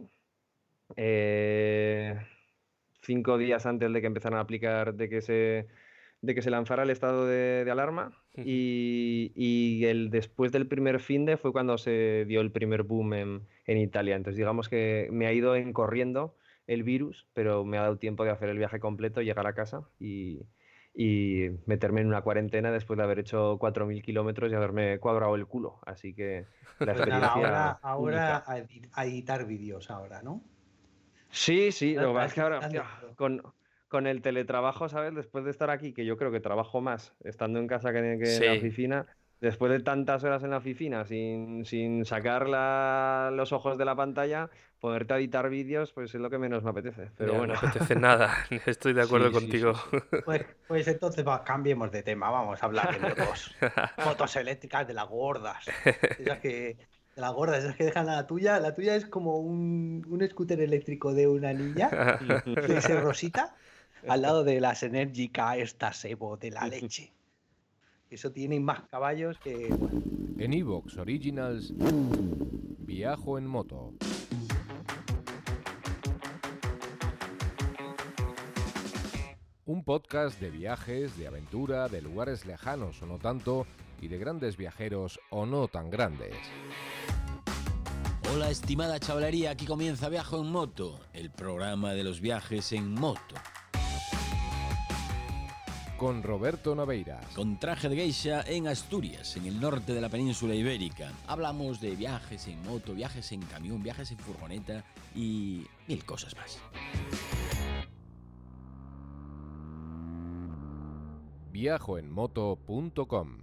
eh, cinco días antes de que empezaran a aplicar, de que se de que se lanzara el estado de, de alarma y, y el, después del primer finde fue cuando se dio el primer boom en, en Italia. Entonces digamos que me ha ido en corriendo el virus, pero me ha dado tiempo de hacer el viaje completo, llegar a casa y, y meterme en una cuarentena después de haber hecho cuatro mil kilómetros y haberme cuadrado el culo. Así que la pues nada, ahora, experiencia ahora única. a, edi- a editar vídeos ahora, ¿no? Sí, sí, Ahora lo que pasa es estás que ahora, editando hostia, todo. con, con el teletrabajo, ¿sabes? Después de estar aquí, que yo creo que trabajo más estando en casa que en, que en la Sí, oficina, después de tantas horas en la oficina sin, sin sacar la- los ojos de la pantalla, ponerte a editar vídeos, pues es lo que menos me apetece. Pero ya no bueno, apetece nada. Estoy de acuerdo sí, sí, contigo. sí, sí. Pues, pues entonces va, cambiemos de tema, vamos a hablar de motos. Motos eléctricas de las gordas. Esas que, de las gordas, esas que dejan la tuya. La tuya es como un, un scooter eléctrico de una niña, de ese rosita, al lado de las Energica, estas Evo de la leche. Eso tiene más caballos que, bueno, En Evox Originals, Viajo en moto. Un podcast de viajes, de aventura, de lugares lejanos o no tanto, y de grandes viajeros o no tan grandes. Hola, estimada chavalería, aquí comienza Viajo en Moto, el programa de los viajes en moto. Con Roberto Naveiras. Con traje de geisha en Asturias, en el norte de la península ibérica. Hablamos de viajes en moto, viajes en camión, viajes en furgoneta y mil cosas más. viajo en moto punto com.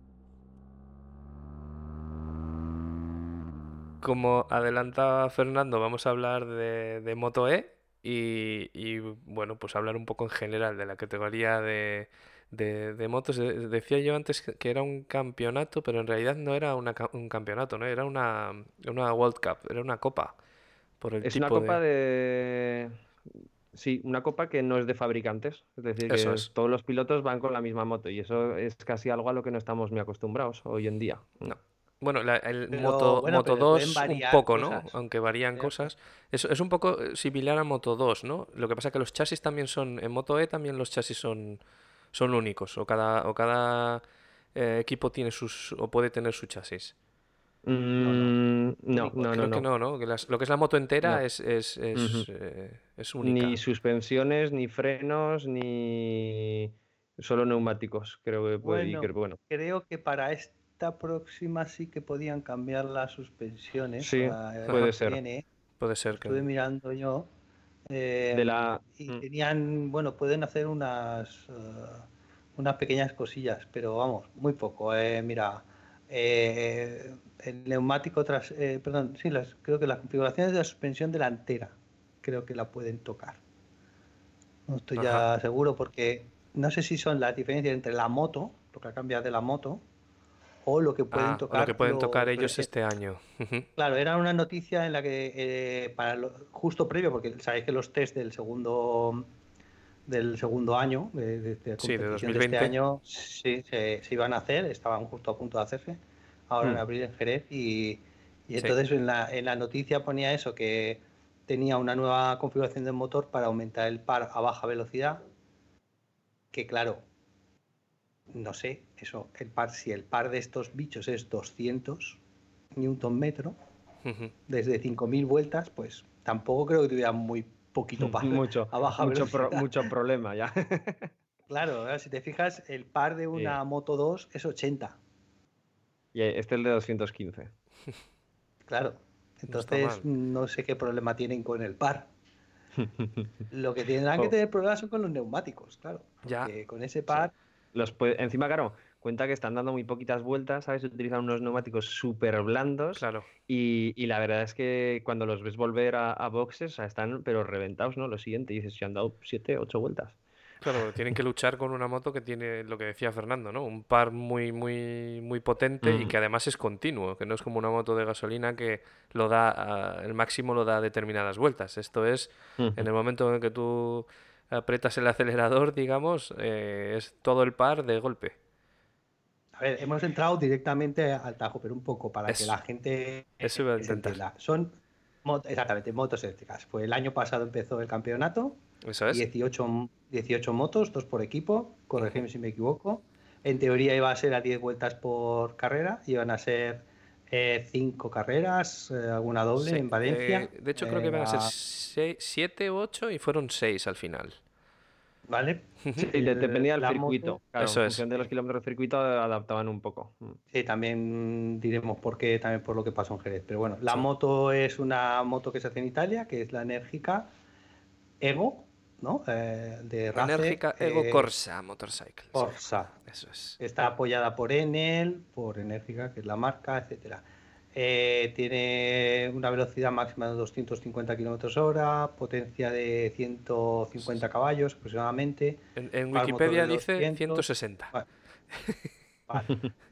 Como adelantaba Fernando, vamos a hablar de, de Moto E y, y, bueno, pues hablar un poco en general de la categoría de, de, de motos. De- Decía yo antes que que era un campeonato, pero en realidad no era una ca- un campeonato, ¿no? Era una, una World Cup, era una copa, por el Es una tipo copa de... de... Sí, una copa que no es de fabricantes, es decir, Eso que es. todos los pilotos van con la misma moto y eso es casi algo a lo que no estamos muy acostumbrados hoy en día. Mm. No. Bueno, la- el Pero Moto, bueno, Moto pero pueden dos un variar poco, ¿no? cosas. Aunque varían Variar cosas. cosas. Es, es un poco eh, similar a Moto dos, ¿no? Lo que pasa es que los chasis también son, en Moto E también los chasis son, son únicos, o cada, o cada eh, equipo tiene sus, o puede tener su chasis. No, no. Mm, no, Únicos. no, no, Creo que no, no, ¿no? Que las- lo que es la moto entera no. es, es, es, Ujú. eh, es Ni única. suspensiones, ni frenos, ni solo neumáticos, creo que puede, y Bueno, creo, bueno, creo que para esta próxima sí que podían cambiar las suspensiones sí, para el puede año que ser. viene. Puede ser Lo estuve que... mirando yo. De eh, la... y mm. tenían, bueno, pueden hacer unas, eh, unas pequeñas cosillas, pero vamos, muy poco. eh, mira, eh, el neumático tras, eh, perdón, sí, las, creo que las configuraciones de la suspensión delantera creo que la pueden tocar. No estoy Ajá. ya seguro porque no sé si son las diferencias entre la moto, lo que ha cambiado de la moto, o lo que pueden Ah, o lo que tocar pueden tocar los ellos recién. este año. Ujú. Claro, era una noticia en la que eh, para lo- justo previo, porque sabéis que los test del segundo del segundo año de, de- de Sí, de competición de este dos mil veinte. año sí se, se iban a hacer, estaban justo a punto de hacerse, ahora en Mm. abril en Jerez y, y Sí. entonces en la, en la noticia ponía eso, que tenía una nueva configuración del motor para aumentar el par a baja velocidad, que claro, no sé, eso, el par, si el par de estos bichos es doscientos newton metro, Ujú. desde cinco mil vueltas, pues tampoco creo que tuviera muy poquito par Mucho, a baja mucho, pro- velocidad. mucho problema ya. Claro, ahora, si te fijas, el par de Sí. una Moto dos es ochenta. Y este es el de doscientos quince. Claro. No está Entonces, mal. no sé qué problema tienen con el par. Lo que tendrán que Jo, tener problemas son con los neumáticos, claro. Ya. Porque con ese sí. par, Los puede- Encima, claro, cuenta que están dando muy poquitas vueltas, ¿sabes? Utilizan unos neumáticos súper blandos Claro. y, y la verdad es que cuando los ves volver a, a boxes, o sea, están pero reventados, ¿no? Lo siguiente, y dices, se han dado siete, ocho vueltas. Claro, tienen que luchar con una moto que tiene lo que decía Fernando, ¿no? Un par muy, muy, muy potente y Mm. que además es continuo, que no es como una moto de gasolina que lo da, a- el máximo lo da a determinadas vueltas. Esto es, en Ujú. el momento en que tú aprietas el acelerador, digamos, eh, es todo el par de golpe. a ver, hemos entrado directamente al tajo, pero un poco para que Eso, la gente eso iba a se intentar. entienda. Son mot- exactamente motos eléctricas. Pues el año pasado empezó el campeonato, Eso es. dieciocho, m- dieciocho motos, dos por equipo, Ujú. corregidme si me equivoco. En teoría iba a ser a diez vueltas por carrera, iban a ser eh, cinco carreras, eh, alguna doble Sí, en Valencia, eh, de hecho creo que eh, iban a ser a- seis- siete u ocho y fueron seis al final. ¿vale? Ujú. Sí, de- El- dependía del la moto, circuito. Claro, en Eso es. función de los sí, kilómetros de circuito adaptaban un poco. Mm. sí, también diremos por qué, también por lo que pasó en Jerez. Pero bueno, la Sí. moto es una moto que se hace en Italia, que es la enérgica Ego, ¿no? Eh, de Race Enérgica Ego eh, Corsa Motorcycle. Sí, Corsa. eso es. Está apoyada por Enel, por Enérgica, que es la marca, etcétera. Eh, tiene una velocidad máxima de doscientos cincuenta kilómetros hora, potencia de ciento cincuenta caballos aproximadamente, En, en par motor Wikipedia de dice doscientos. ciento sesenta. Vale, vale.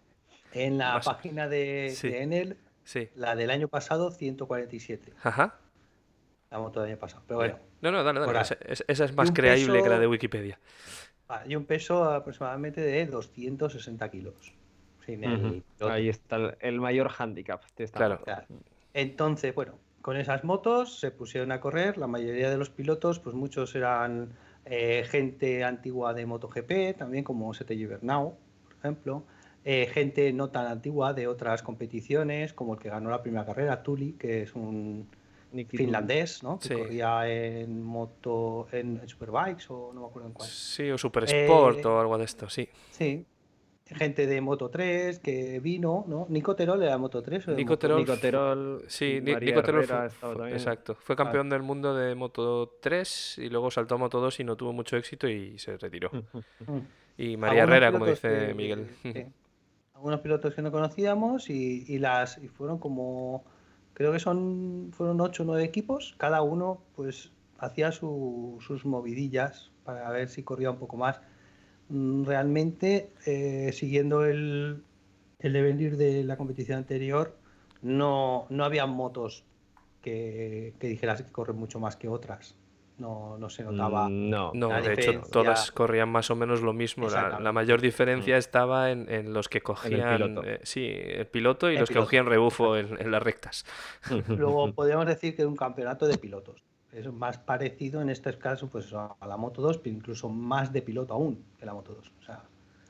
En la Más o menos. página de, Sí, de Enel, sí. la del año pasado, ciento cuarenta y siete, Ajá. la moto del año pasado. Pero Bien. bueno, No, no, dale, por dale. ahí. Esa, es- esa es Y más un creíble que la de peso, Wikipedia. vale, y un peso aproximadamente de doscientos sesenta kilos, sin Ujú. el piloto. Ahí está el, el mayor hándicap de esta Claro. moto. Claro. Entonces, bueno, con esas motos se pusieron a correr, la mayoría de los pilotos, pues muchos eran eh, gente antigua de MotoGP, también como Sergio Bernau, por ejemplo, eh, gente no tan antigua de otras competiciones, como el que ganó la primera carrera, Tuli, que es un Niki finlandés, ¿no? Que Sí. corría en moto, en, en Superbikes o no me acuerdo en cuál. Sí, o Super Sport Eh, o algo de esto, sí. sí, gente de Moto tres que vino, ¿no? Nico Terol era de Moto tres o de Nico Moto Terol, Nico fu- Terol sí, y Ni- María Nico Terol Herrera fu- ha estado fu- también. exacto, fue campeón del mundo de Moto tres y luego saltó a Moto dos y no tuvo mucho éxito y se retiró. Mm. Y María Algunos Herrera, como pilotos dice Miguel. que, sí, algunos pilotos que no conocíamos y, y las y fueron como, creo que son fueron ocho o nueve equipos, cada uno pues hacía su- sus movidillas para ver si corría un poco más. Mm, Realmente, eh, siguiendo el, el devenir de la competición anterior, no, no había motos que, que dijeras que corren mucho más que otras. No, no se notaba Mm, No, No, una de hecho, no, no. todas diferencia. corrían más o menos lo mismo. La, la Exactamente. mayor diferencia Mm. estaba en, en los que En el cogían, piloto. eh, sí, el piloto y El los que piloto, cogían rebufo exacto. en, en las rectas. Luego podríamos decir que es un campeonato de pilotos. Es más parecido en este caso pues, a la Moto dos, pero incluso más de piloto aún que la Moto dos. O sea,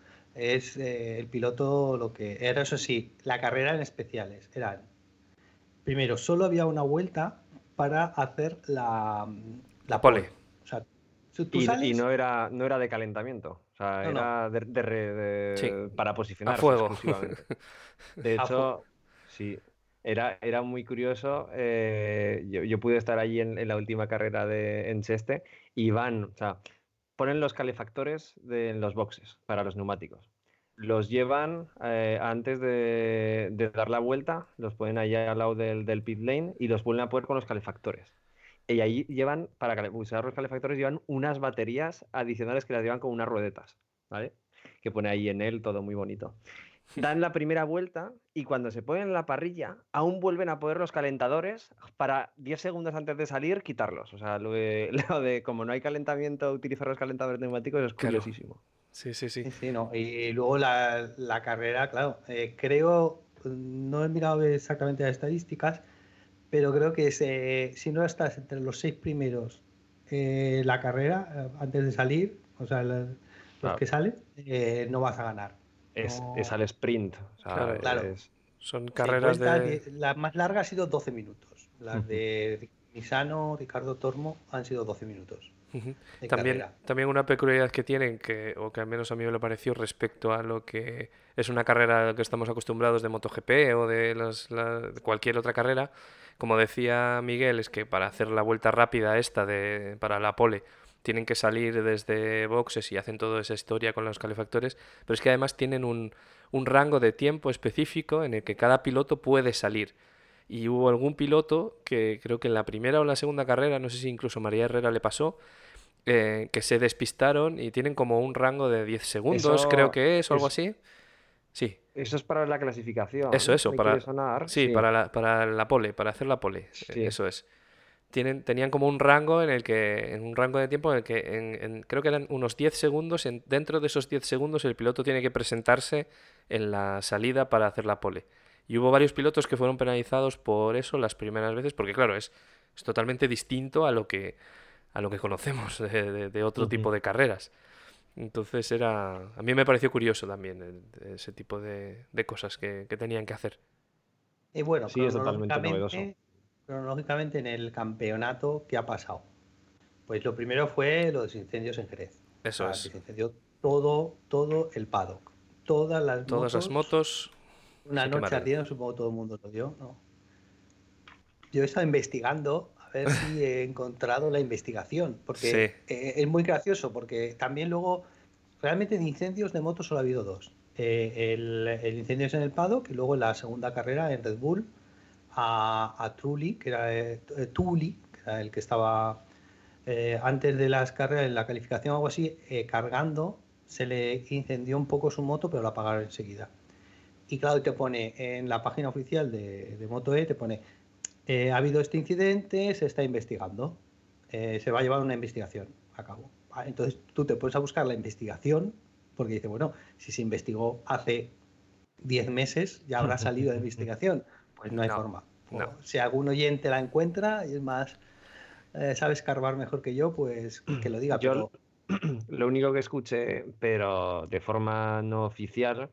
es eh, el piloto lo que era, eso sí, la carrera en especiales. Eran, primero, solo había una vuelta para hacer la, La la pole. pole. O sea, si tú Y, sales, y no era no era de calentamiento, o sea, no, no, era de, de re- de- Sí, para a posicionarse fuego. exclusivamente. De a fuego. hecho, sí, era, era muy curioso. eh, yo, yo pude estar allí en, en la última carrera de, en Cheste y van, o sea, ponen los calefactores de, en los boxes para los neumáticos. Los llevan eh, antes de, de dar la vuelta, los ponen allá al lado del, del pit lane y los vuelven a poner con los calefactores. Y ahí llevan, para cale- usar los calefactores, llevan unas baterías adicionales que las llevan con unas ruedetas, ¿vale? Que pone ahí en él todo muy bonito. Dan la primera vuelta y cuando se ponen en la parrilla, aún vuelven a poner los calentadores para diez segundos antes de salir quitarlos. O sea, lo de, lo de como no hay calentamiento, utilizar los calentadores neumáticos es Claro. curiosísimo. Sí, sí, sí. Sí, sí, no. Y luego la, la carrera, claro, eh, creo, no he mirado exactamente las estadísticas, pero creo que se- si no estás entre los seis primeros eh, la carrera, eh, antes de salir, o sea, la- los Claro. que salen, eh, no vas a ganar. Es, No- es al sprint. O sea, Claro. Claro. es- Son Seis carreras vueltas, de... die- la más larga ha sido doce minutos. Las Ujú. de Misano, Ricardo Tormo han sido doce minutos Ujú. de También, carrera. también una peculiaridad que tienen, que, o que al menos a mí me lo pareció respecto a lo que es una carrera a la que estamos acostumbrados de MotoGP o de, las- la- de cualquier otra carrera, como decía Miguel, es que para hacer la vuelta rápida esta de, para la pole tienen que salir desde boxes y hacen toda esa historia con los calefactores, pero es que además tienen un, un rango de tiempo específico en el que cada piloto puede salir. Y hubo algún piloto que creo que en la primera o la segunda carrera, no sé si incluso María Herrera le pasó, eh, que se despistaron y tienen como un rango de diez segundos, creo Eso que es, o algo es, así. Sí, eso es para la clasificación. eso, eso, ¿Me para, quiere sonar? sí, Sí, para la, para la pole, para hacer la pole, eh, sí. eso es. Tienen, tenían como un rango en el que, en un rango de tiempo en el que en, en- creo que eran unos diez segundos, en, dentro de esos diez segundos el piloto tiene que presentarse en la salida para hacer la pole. Y hubo varios pilotos que fueron penalizados por eso las primeras veces, porque claro, es, es totalmente distinto a lo que, a lo que conocemos de, de- de otro tipo Ujú. de carreras. Entonces era, a mí me pareció curioso también el- ese tipo de, de cosas que, que tenían que hacer. Y bueno, Sí, es totalmente novedoso. cronológicamente, cronológicamente en el campeonato, ¿qué ha pasado? Pues lo primero fue los incendios en Jerez. O Eso sea, que es. se incendió todo, todo el paddock. Todas las Todas las motos, motos una se noche quemaron. ardieron, supongo que todo el mundo lo vio, ¿no? Yo he estado investigando a ver si he encontrado la investigación, Sí, porque eh, es muy gracioso, porque también luego, realmente de incendios de motos solo ha habido dos. Eh, el, el incendio es en el paddock y luego en la segunda carrera en Red Bull a, a Trulli, que era eh, Trulli, que era el que estaba eh, antes de las carreras, en la calificación o algo así, eh, cargando, se le incendió un poco su moto, pero la apagaron enseguida. Y claro, te pone en la página oficial de, de MotoE, te pone, eh, ha habido este incidente, se está investigando, eh, se va a llevar una investigación a cabo. Vale, entonces tú te pones a buscar la investigación, porque dice, bueno, si se investigó hace diez meses, ya habrá salido la investigación. Pues no hay no, forma. no. O, si algún oyente la encuentra, y es más, eh, sabe escarbar mejor que yo, pues que lo diga, Yo pero lo único que escuché, pero de forma no oficial,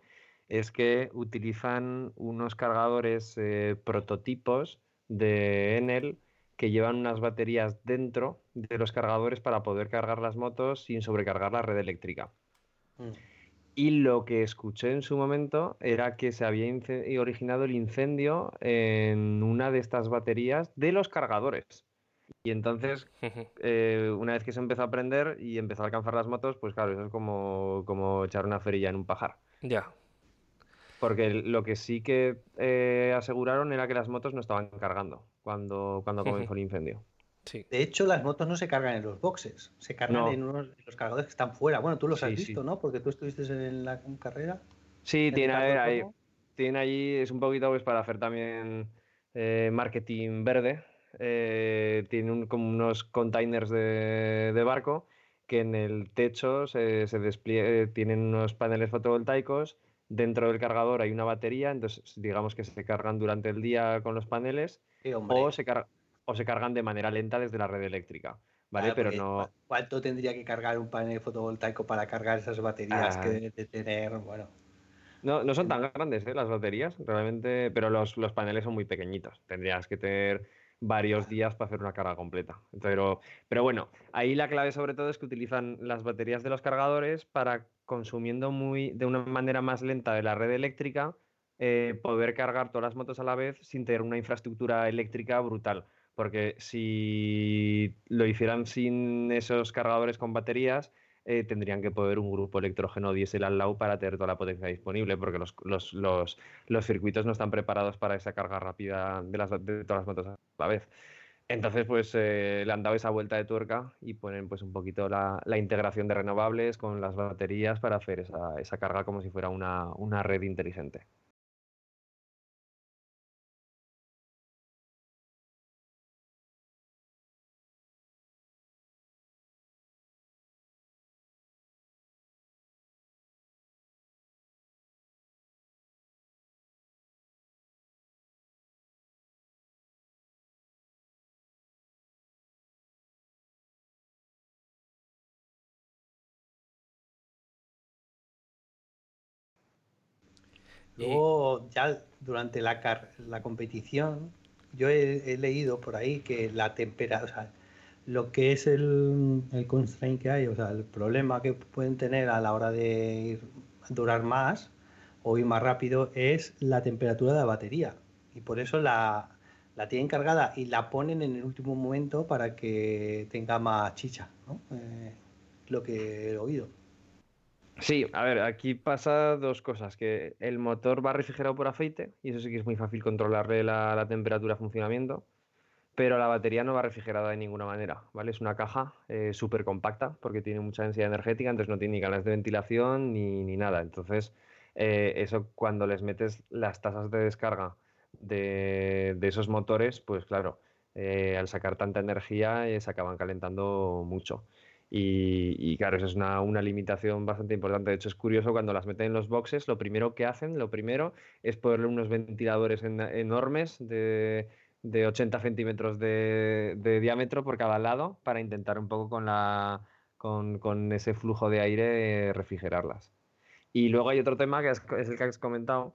es que utilizan unos cargadores eh, prototipos de Enel que llevan unas baterías dentro de los cargadores para poder cargar las motos sin sobrecargar la red eléctrica. Mm. Y lo que escuché en su momento era que se había ince- originado el incendio en una de estas baterías de los cargadores. Y entonces, eh, una vez que se empezó a prender y empezó a alcanzar las motos, pues claro, eso es como, como echar una cerilla en un pajar. Ya. Porque lo que sí que eh, aseguraron era que las motos no estaban cargando cuando, cuando comenzó el incendio. Sí. De hecho, las motos no se cargan en los boxes, se cargan No. en, unos, en los cargadores que están fuera. Bueno, tú los has Sí, visto, sí. ¿no? Porque tú estuviste en la carrera. Sí, en tiene, a Ricardo ver, ahí, Tormo. tiene allí, es un poquito pues para hacer también eh, marketing verde. Eh, tiene un- como unos containers de, de barco que en el techo se, se despliegue, tienen unos paneles fotovoltaicos. Dentro del cargador hay una batería, entonces digamos que se cargan durante el día con los paneles Sí, o hombre. se, car- o se cargan de manera lenta desde la red eléctrica, ¿vale? Claro, Pero porque no... ¿cu- ¿cuánto tendría que cargar un panel fotovoltaico para cargar esas baterías que ah, debe de tener? Bueno, No, no son en- tan grandes, ¿eh? Las baterías, realmente, pero los, los paneles son muy pequeñitos. Tendrías que tener varios días para hacer una carga completa. Pero, pero bueno, ahí la clave sobre todo es que utilizan las baterías de los cargadores para, consumiendo muy, de una manera más lenta de la red eléctrica, eh, poder cargar todas las motos a la vez sin tener una infraestructura eléctrica brutal. Porque si lo hicieran sin esos cargadores con baterías, eh, tendrían que poner un grupo electrógeno diésel al lado para tener toda la potencia disponible, porque los, los, los, los circuitos no están preparados para esa carga rápida de, las, de todas las motos a la vez. Entonces, pues eh, le han dado esa vuelta de tuerca y ponen pues un poquito la, la integración de renovables con las baterías para hacer esa, esa carga como si fuera una, una red inteligente. Y luego ya durante la, car- la competición, yo he, he leído por ahí que la temperatura, o sea, lo que es el, el constraint que hay, o sea, el problema que pueden tener a la hora de ir, durar más o ir más rápido es la temperatura de la batería. Y por eso la, la tienen cargada y la ponen en el último momento para que tenga más chicha, ¿no? Eh, lo que he oído. Sí, a ver, aquí pasa dos cosas, que el motor va refrigerado por aceite, y eso sí que es muy fácil controlarle la, la temperatura de funcionamiento, pero la batería no va refrigerada de ninguna manera, ¿vale? Es una caja eh, súper compacta porque tiene mucha densidad energética, entonces no tiene ni canales de ventilación ni, ni nada. Entonces, eh, eso cuando les metes las tasas de descarga de, de esos motores, pues claro, eh, al sacar tanta energía eh, se acaban calentando mucho. Y, y claro, eso es una, una limitación bastante importante. De hecho, es curioso cuando las meten en los boxes, lo primero que hacen, lo primero es ponerle unos ventiladores en- enormes de de ochenta centímetros de, de diámetro por cada lado para intentar un poco con, la, con, con ese flujo de aire eh, refrigerarlas. Y luego hay otro tema que es, es el que has comentado.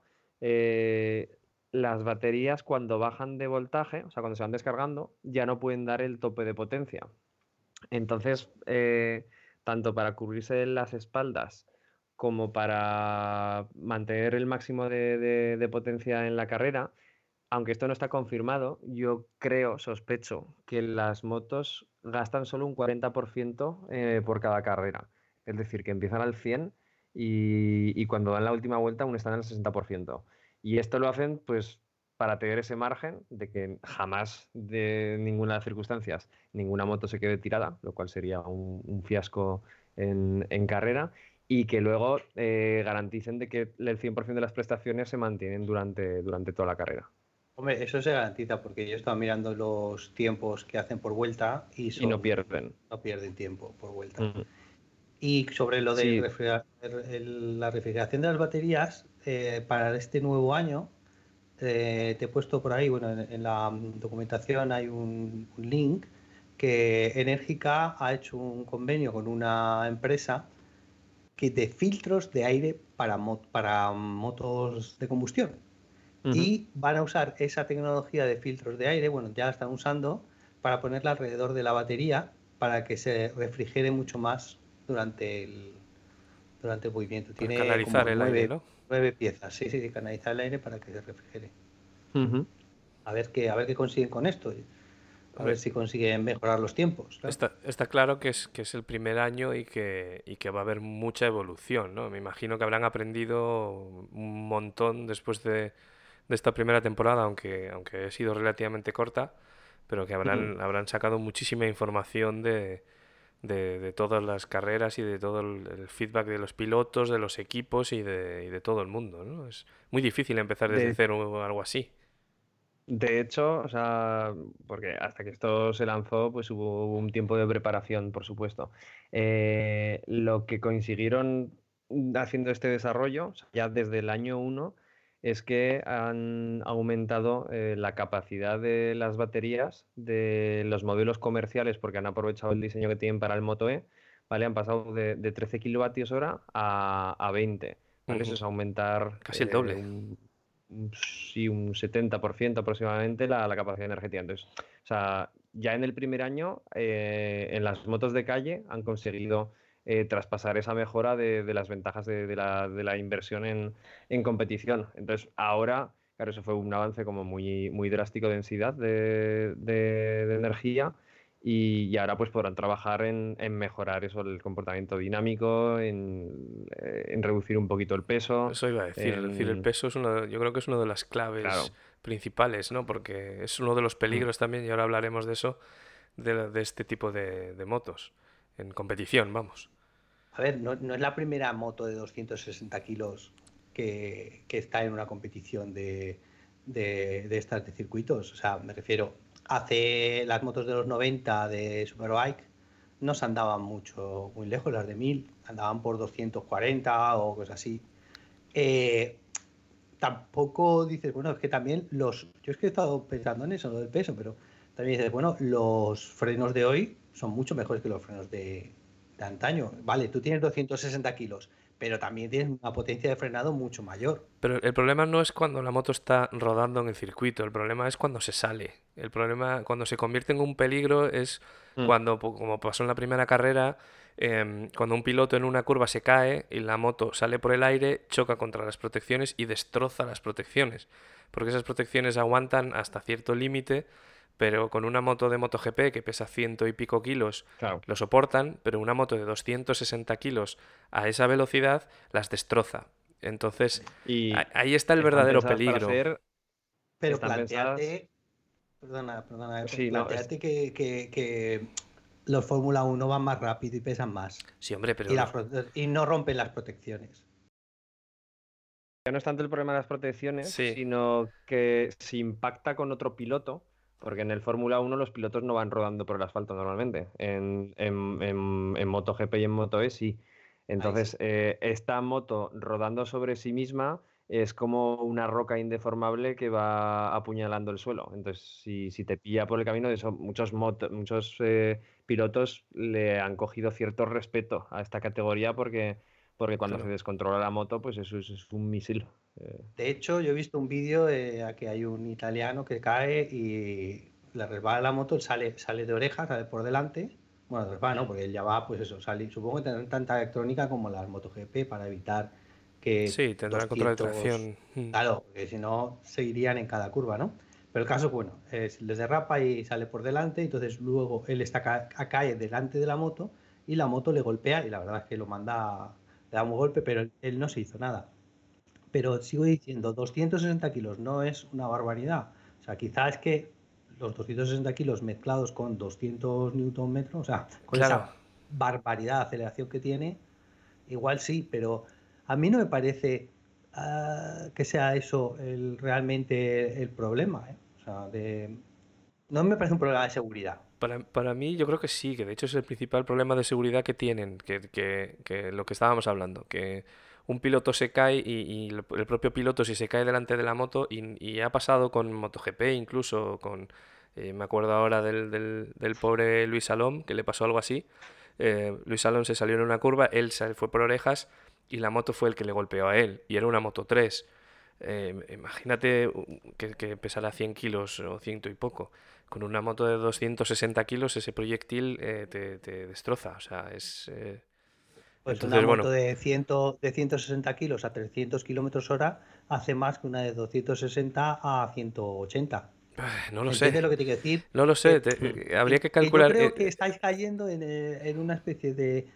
eh, las baterías cuando bajan de voltaje, o sea, cuando se van descargando, ya no pueden dar el tope de potencia. Entonces, eh, tanto para cubrirse las espaldas como para mantener el máximo de, de- de potencia en la carrera, aunque esto no está confirmado, yo creo, sospecho, que las motos gastan solo un cuarenta por ciento eh, por cada carrera. Es decir, que empiezan al cien y, y cuando dan la última vuelta aún están al sesenta por ciento. Y esto lo hacen pues para tener ese margen de que jamás de ninguna de las circunstancias ninguna moto se quede tirada, lo cual sería un, un fiasco en, en carrera, y que luego eh, garanticen de que el cien por ciento de las prestaciones se mantienen durante, durante toda la carrera. Hombre, eso se garantiza porque yo estaba mirando los tiempos que hacen por vuelta y Y no son pierden. no pierden tiempo por vuelta. Mm. Y sobre lo de Sí, refrigerar- el- la refrigeración de las baterías, eh, para este nuevo año, eh, te he puesto por ahí, bueno, en, en la documentación hay un, un link que Enérgica ha hecho un convenio con una empresa que de filtros de aire para, mo para motos de combustión. Uh-huh. Y van a usar esa tecnología de filtros de aire, bueno, ya la están usando, para ponerla alrededor de la batería para que se refrigere mucho más durante el, durante el movimiento. Para Tiene canalizar como el nueve, aire, ¿no? nueve piezas, sí, sí, canalizar el aire para que se refrigere. Uh-huh. A ver qué, a ver qué consiguen con esto. A ver si consiguen mejorar los tiempos. ¿Claro? Está, está claro que es, que es el primer año y que, y que va a haber mucha evolución, ¿no? Me imagino que habrán aprendido un montón después de, de esta primera temporada, aunque, aunque ha sido relativamente corta, pero que habrán, uh-huh. habrán sacado muchísima información de, de, de todas las carreras y de todo el, el feedback de los pilotos, de los equipos y de, y de todo el mundo, ¿no? Es muy difícil empezar desde de... cero algo así. De hecho, o sea, porque hasta que esto se lanzó, pues hubo un tiempo de preparación, por supuesto. Eh, lo que consiguieron haciendo este desarrollo, o sea, ya desde el año uno, es que han aumentado eh, la capacidad de las baterías de los modelos comerciales, porque han aprovechado el diseño que tienen para el Moto E, ¿vale? Han pasado de, de trece kilovatios hora a, a veinte, ¿vale? Uh-huh. Eso es aumentar... Casi el doble. Eh, un, sí, un setenta por ciento aproximadamente la, la capacidad energética. Entonces, o sea, ya en el primer año, eh, en las motos de calle han conseguido eh, traspasar esa mejora de, de las ventajas de, de, la, de la inversión en, en competición. Entonces, ahora, claro, eso fue un avance como muy, muy drástico de densidad de, de, de energía. Y, y ahora pues podrán trabajar en, en mejorar eso, el comportamiento dinámico, en, eh, en reducir un poquito el peso. Eso iba a decir, en... reducir el peso es uno de, yo creo que es una de las claves claro. principales, ¿no? Porque es uno de los peligros mm. también, y ahora hablaremos de eso, de, de este tipo de, de motos, en competición, vamos. A ver, no, no es la primera moto de doscientos sesenta kilos que, que está en una competición de, de, de estas de circuitos. O sea, me refiero... Hace las motos de los noventa de Superbike no se andaban mucho, muy lejos, las de mil, andaban por doscientos cuarenta o cosas así. Eh, tampoco dices, bueno, es que también los... Yo es que he estado pensando en eso, lo del peso, pero también dices, bueno, los frenos de hoy son mucho mejores que los frenos de, de antaño. Vale, tú tienes doscientos sesenta kilos, pero también tienes una potencia de frenado mucho mayor. Pero el problema no es cuando la moto está rodando en el circuito, el problema es cuando se sale. El problema, cuando se convierte en un peligro, es mm. cuando, como pasó en la primera carrera, eh, cuando un piloto en una curva se cae y la moto sale por el aire, choca contra las protecciones y destroza las protecciones. Porque esas protecciones aguantan hasta cierto límite, pero con una moto de MotoGP que pesa ciento y pico kilos, claro. lo soportan, pero una moto de doscientos sesenta kilos a esa velocidad las destroza. Entonces, y ahí está el verdadero peligro. Hacer, pero planteate, perdona, perdona, sí, planteate no, es... que, que, que los Fórmula uno van más rápido y pesan más. Sí, hombre, pero... Y, la, y no rompen las protecciones. Ya no es tanto el problema de las protecciones, sí. sino que si impacta con otro piloto, porque en el Fórmula uno los pilotos no van rodando por el asfalto normalmente. En, en, en, en MotoGP y en Moto E sí. Entonces, sí. eh, esta moto rodando sobre sí misma es como una roca indeformable que va apuñalando el suelo. Entonces, si, si te pilla por el camino, eso, muchos, moto, muchos eh, pilotos le han cogido cierto respeto a esta categoría porque, porque cuando claro. se descontrola la moto, pues eso es, es un misil. Eh... De hecho, yo he visto un vídeo de eh, que hay un italiano que cae y le resbala la moto, sale, sale de oreja, sale por delante. Bueno, resbala, ¿no? Porque él ya va, pues eso, sale. Supongo que tendrán tanta electrónica como las MotoGP para evitar que... Sí, tendrán control de tracción. Claro, porque si no, seguirían en cada curva, ¿no? Pero el caso, bueno, es, les derrapa y sale por delante, entonces luego él está ca cae delante de la moto y la moto le golpea y la verdad es que lo manda, le da un golpe, pero él, él no se hizo nada. Pero sigo diciendo, doscientos sesenta kilos no es una barbaridad. O sea, quizás es que los doscientos sesenta kilos mezclados con doscientos newton metros, o sea, con claro. esa barbaridad de aceleración que tiene, igual sí, pero a mí no me parece uh, que sea eso el, realmente el problema. ¿eh? O sea, de... no me parece un problema de seguridad. Para, para mí yo creo que sí, que de hecho es el principal problema de seguridad que tienen, que, que, que lo que estábamos hablando, que un piloto se cae y, y el propio piloto si se cae delante de la moto y, y ha pasado con MotoGP incluso con eh, me acuerdo ahora del, del, del pobre Luis Salom que le pasó algo así eh, Luis Alonso se salió en una curva, él se fue por orejas y la moto fue el que le golpeó a él, y era una Moto tres. Eh, imagínate que, que pesara cien kilos o ciento y poco. Con una moto de doscientos sesenta kilos ese proyectil eh, te, te destroza. O sea, es... Eh... Pues Entonces, una moto bueno, de, cien, de ciento sesenta kilos a trescientos kilómetros hora hace más que una de doscientos sesenta a ciento ochenta. no lo ¿Entiendes sé. lo que te quiero decir? No lo sé. Que, Te, eh, habría que que yo calcular. creo eh, que estáis cayendo en, eh, en una especie de,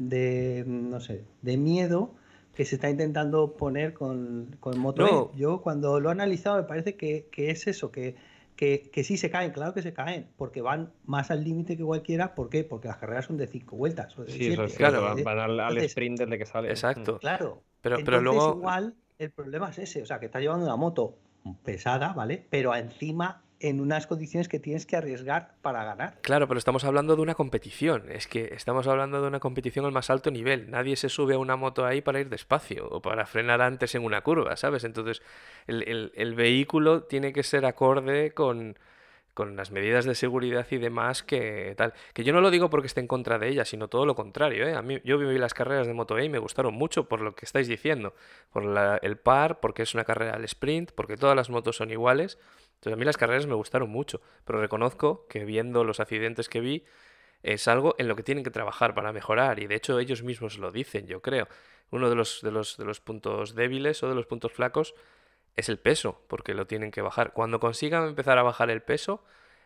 de, no sé, de miedo que se está intentando poner con, con Moto E. No, Yo cuando lo he analizado me parece que, que es eso, que, que, que sí se caen, claro que se caen, porque van más al límite que cualquiera. ¿Por qué? Porque las carreras son de cinco vueltas o de Sí, eso siete. es cierto. claro, Van, van al, al Entonces, sprint desde que salen. exacto. claro, Pero, pero entonces luego. igual el problema es ese, o sea, que estás llevando una moto pesada, ¿vale? Pero encima en unas condiciones que tienes que arriesgar para ganar. Claro, pero estamos hablando de una competición. Es que estamos hablando de una competición al más alto nivel. Nadie se sube a una moto ahí para ir despacio o para frenar antes en una curva, ¿sabes? Entonces, el, el, el vehículo tiene que ser acorde con, con las medidas de seguridad y demás que tal. Que yo no lo digo porque esté en contra de ella, sino todo lo contrario, ¿eh? A mí, yo viví las carreras de Moto E y me gustaron mucho por lo que estáis diciendo. Por la, el par, porque es una carrera al sprint, porque todas las motos son iguales. Entonces a mí las carreras me gustaron mucho, pero reconozco que viendo los accidentes que vi es algo en lo que tienen que trabajar para mejorar, y de hecho ellos mismos lo dicen, yo creo. Uno de los, de los, de los puntos débiles o de los puntos flacos es el peso, porque lo tienen que bajar. Cuando consigan empezar a bajar el peso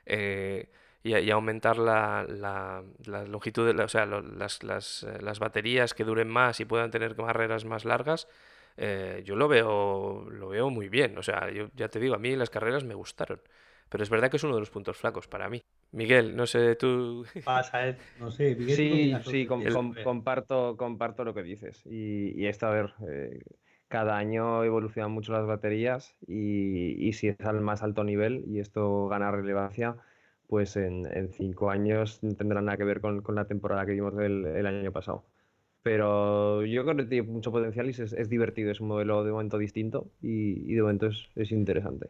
eh, y, y aumentar la, la, la longitud, de la- o sea, lo- las, las, eh, las baterías que duren más y puedan tener carreras más largas, eh, yo lo veo, lo veo muy bien. O sea, yo ya te digo, a mí las carreras me gustaron, pero es verdad que es uno de los puntos flacos para mí. Miguel, no sé, tú... Pasa, ¿eh? No sé, Miguel, ¿tú qué Sí, opinas sobre sí, com- eso? com- comparto, comparto lo que dices. Y, y esto, a ver, eh, cada año evolucionan mucho las baterías y, y si es al más alto nivel y esto gana relevancia, pues en, en cinco años no tendrá nada que ver con, con la temporada que vimos el, el año pasado. Pero yo creo que tiene mucho potencial y es, es divertido, es un modelo de momento distinto y, y de momento es, es interesante.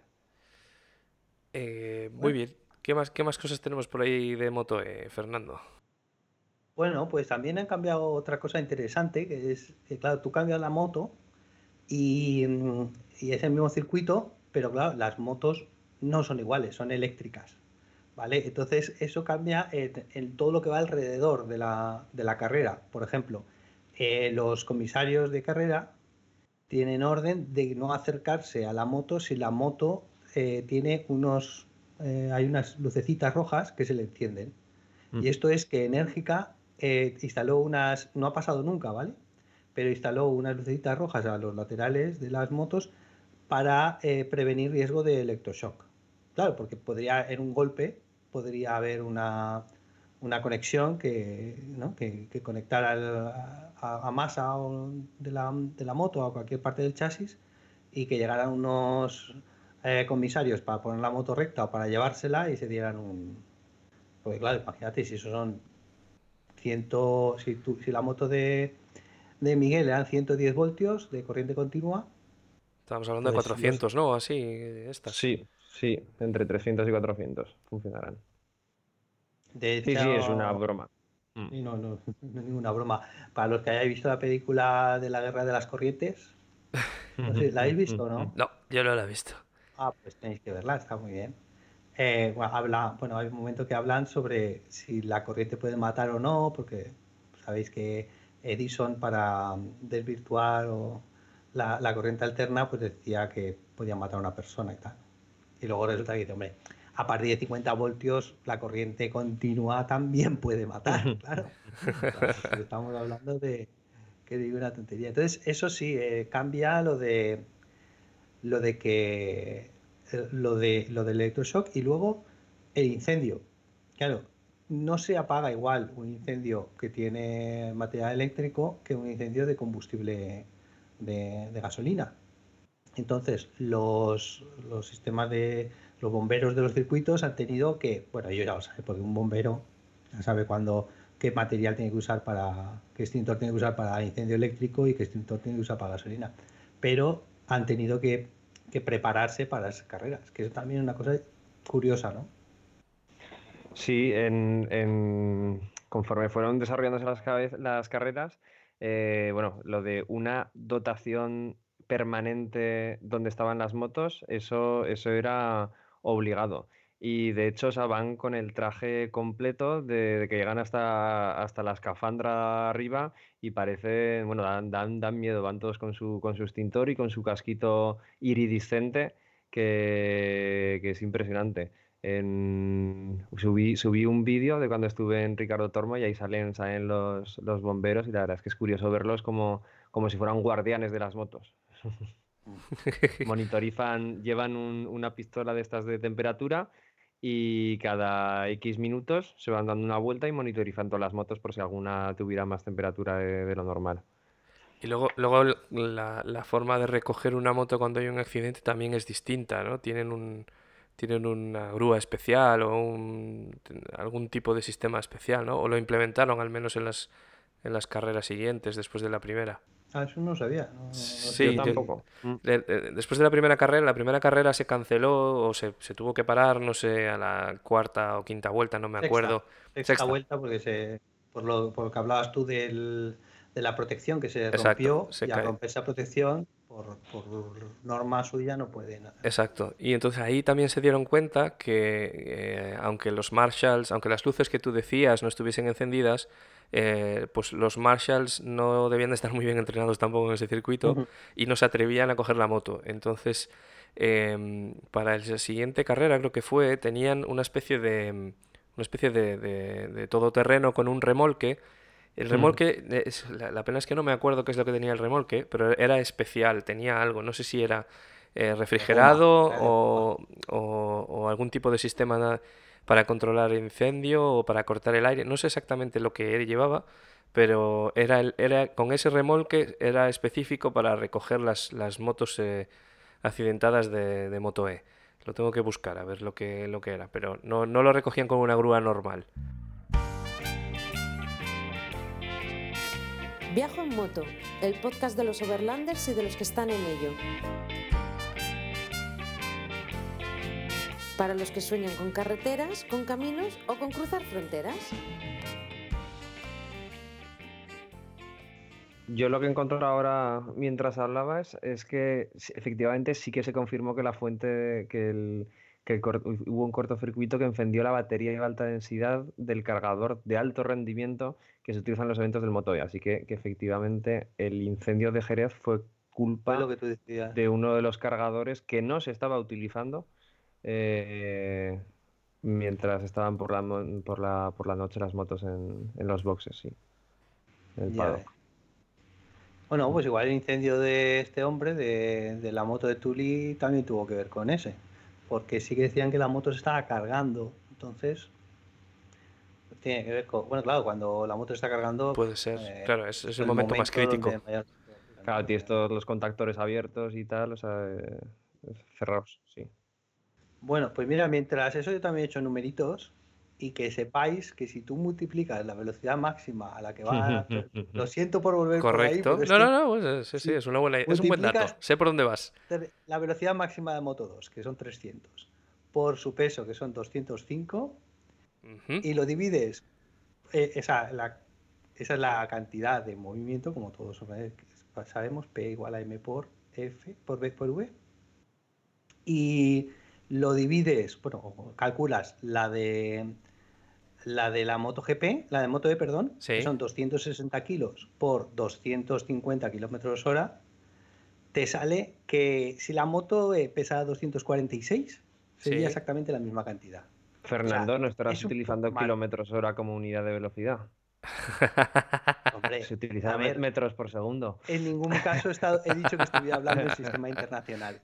Eh, muy Bueno, bien. ¿Qué más, qué más cosas tenemos por ahí de moto, eh, Fernando? bueno, pues también han cambiado otra cosa interesante, que es que, claro, tú cambias la moto y, mm, y es el mismo circuito, pero claro, las motos no son iguales, son eléctricas, ¿vale? Entonces eso cambia en, en todo lo que va alrededor de la, de la carrera. Por ejemplo, eh, los comisarios de carrera tienen orden de no acercarse a la moto si la moto eh, tiene unos, eh, hay unas lucecitas rojas que se le encienden. Mm. Y esto es que Enérgica eh, instaló unas, no ha pasado nunca, ¿vale? Pero instaló unas lucecitas rojas a los laterales de las motos para eh, prevenir riesgo de electroshock. Claro, porque podría, en un golpe, podría haber una, una conexión que, ¿no? que, que conectara al- a, a masa o de la, de la moto a cualquier parte del chasis y que llegaran unos eh, comisarios para poner la moto recta o para llevársela y se dieran un... Porque claro, imagínate si eso son ciento, si, tú, si la moto de, de Miguel eran ciento diez voltios de corriente continua, Estamos hablando de pues los... cuatrocientos, ¿no? Así, estas. Sí, sí, entre trescientos y cuatrocientos funcionarán. De Sí, sí, es una hecho, broma. Mm. y no, no, no es ninguna broma. Para los que hayáis visto la película de la Guerra de las Corrientes, no sé, ¿la habéis visto o no? No, yo no lo he visto. Ah, pues tenéis que verla, está muy bien. Eh, bueno, habla, bueno, hay un momento que hablan sobre si la corriente puede matar o no, porque sabéis que Edison para desvirtuar o la, la corriente alterna, pues decía que podía matar a una persona y tal. Y luego resulta que dice, hombre, a partir de cincuenta voltios la corriente continua también puede matar, claro. O sea, pues estamos hablando de que digo una tontería. Entonces, eso sí, eh, cambia lo de lo de que eh, lo de lo del electroshock y luego el incendio. Claro, no se apaga igual un incendio que tiene material eléctrico que un incendio de combustible de, de gasolina. Entonces, los, los sistemas de los bomberos de los circuitos han tenido que, bueno, yo ya lo sé, porque un bombero ya sabe cuándo qué material tiene que usar para, qué extintor tiene que usar para incendio eléctrico y qué extintor tiene que usar para gasolina. Pero han tenido que, que prepararse para esas carreras, que eso también es una cosa curiosa, ¿no? Sí, en, en conforme fueron desarrollándose las, cabe- las carreras, eh, bueno, lo de una dotación permanente donde estaban las motos, eso, eso era obligado. Y de hecho, o sea, van con el traje completo de, de que llegan hasta, hasta la escafandra arriba y parece, bueno, dan, dan, dan miedo, van todos con su, con su extintor y con su casquito iridiscente que, que es impresionante. En- subí, subí un vídeo de cuando estuve en Ricardo Tormo y ahí salen, salen los, los bomberos y la verdad es que es curioso verlos como, como si fueran guardianes de las motos. Monitorizan, llevan un- una pistola de estas de temperatura y cada X minutos se van dando una vuelta y monitorizan todas las motos por si alguna tuviera más temperatura de, de lo normal. Y luego, luego el- la, la forma de recoger una moto cuando hay un accidente también es distinta, ¿no? Tienen un, tienen una grúa especial o un, algún tipo de sistema especial, ¿no? O lo implementaron al menos en las, en las carreras siguientes después de la primera. Ah, eso no sabía. No, no sé Yo Sí, yo- si- tampoco. Mm. de- de- después de la primera carrera, la primera carrera se canceló o se, se tuvo que parar, no sé, a la cuarta o quinta vuelta, no me Sexta, acuerdo. sexta Sexta, vuelta porque se por lo, por lo que hablabas tú del, de la protección que se exacto, rompió se y al cae. romper esa protección por, por norma suya no puede nada. Exacto. Y entonces ahí también se dieron cuenta que eh, aunque los Marshalls, aunque las luces que tú decías no estuviesen encendidas, eh, pues los Marshalls no debían de estar muy bien entrenados tampoco en ese circuito Ujú. y no se atrevían a coger la moto. Entonces, em, para la siguiente carrera creo que fue, tenían una especie de una especie de, de, de todoterreno con un remolque. El Ujú. remolque, eh, es- la, la pena es que no me acuerdo qué es lo que tenía el remolque, pero era especial, tenía algo, no sé si era eh, refrigerado Era de goma. o, o- o algún tipo de sistema na- para controlar el incendio o para cortar el aire, no sé exactamente lo que él llevaba, pero era, el- era con ese remolque era específico para recoger las, las motos eh, accidentadas de, de Moto E. Lo tengo que buscar a ver lo que, lo que era, pero no, no lo recogían con una grúa normal. Viajo en moto, el podcast de los overlanders y de los que están en ello. Para los que sueñan con carreteras, con caminos o con cruzar fronteras. Yo lo que encontré ahora mientras hablabas es que sí, efectivamente sí que se confirmó que la fuente, que, el, que el cor- hubo un cortocircuito que encendió la batería de alta densidad del cargador de alto rendimiento que se utiliza en los eventos del Moto E. Así que, que efectivamente el incendio de Jerez fue Fue culpa lo que tú decías. de uno de los cargadores que no se estaba utilizando eh, mientras estaban por la, mo- por la, por la noche las motos en, en los boxes, sí, en el Ya paddock. ves. Bueno, pues igual el incendio de este hombre, de, de la moto de Tuli, también tuvo que ver con ese. Porque sí que decían que la moto se estaba cargando. Entonces, tiene que ver con. Bueno, claro, cuando la moto se está cargando, Puede ser, eh, claro, es, es el el momento más momento crítico. donde mayor temperatura, Claro, ¿no? tienes todos los contactores abiertos y tal, o sea, eh, cerrados, sí. Bueno, pues mira, mientras eso yo también he hecho numeritos y que sepáis que si tú multiplicas la velocidad máxima a la que va. Lo siento por volver por ahí, Correcto. pero es No, no, que no, pues, eh, sí, sí, si es una buena, es un buen dato. multiplicas Sé por dónde vas. tre- la velocidad máxima de Moto dos, que son trescientos, por su peso, que son doscientos cinco, Ujú. y lo divides, eh, esa, la- esa es la cantidad de movimiento, como todos eh, sabemos, P igual a M por F por B por V, y lo divides, bueno, o calculas la de la de la MotoGP, la de Moto E, perdón, Sí. que son doscientos sesenta kilos por doscientos cincuenta kilómetros hora, te sale que si la moto E pesa doscientos cuarenta y seis, sería Sí. exactamente la misma cantidad. Fernando, ¿no estarás es un utilizando poco mal. kilómetros hora como unidad de velocidad? Hombre, Se a utilizan ver, metros por segundo. en ningún caso he, estado- he dicho que estuviera hablando en sistema internacional.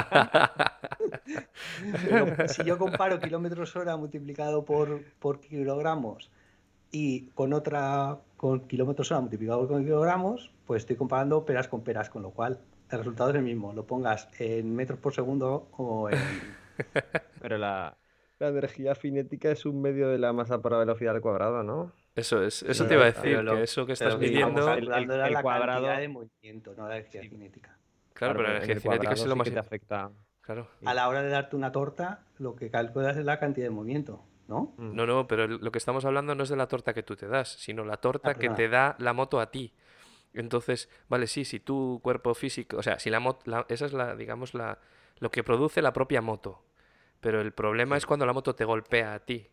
Pero si yo comparo kilómetros hora multiplicado por, por kilogramos y con otra, con kilómetros hora multiplicado por kilogramos, pues estoy comparando peras con peras, con lo cual el resultado es el mismo, lo pongas en metros por segundo o en... Pero la, la energía cinética es un medio de la masa por la velocidad al cuadrado, ¿no? Eso es, eso Sí, te iba a pero decir, lo- que eso que pero estás lo que Sí, estamos midiendo, el- el- calculando era el la cuadrado- cantidad de movimiento, no la energía cinética. claro, pero la en energía el cinética cuadrado es lo sí más... que te afecta. Claro. A la hora de darte una torta, lo que calculas es la cantidad de movimiento. ¿no? No, no, pero el- lo que estamos hablando no es de la torta que tú te das, sino la torta Ah, que perdona. te da la moto a ti. Entonces, vale, sí, si tu cuerpo físico, o sea, si la moto, esa es la, digamos, la, lo que produce la propia moto. Pero el problema Sí. es cuando la moto te golpea a ti.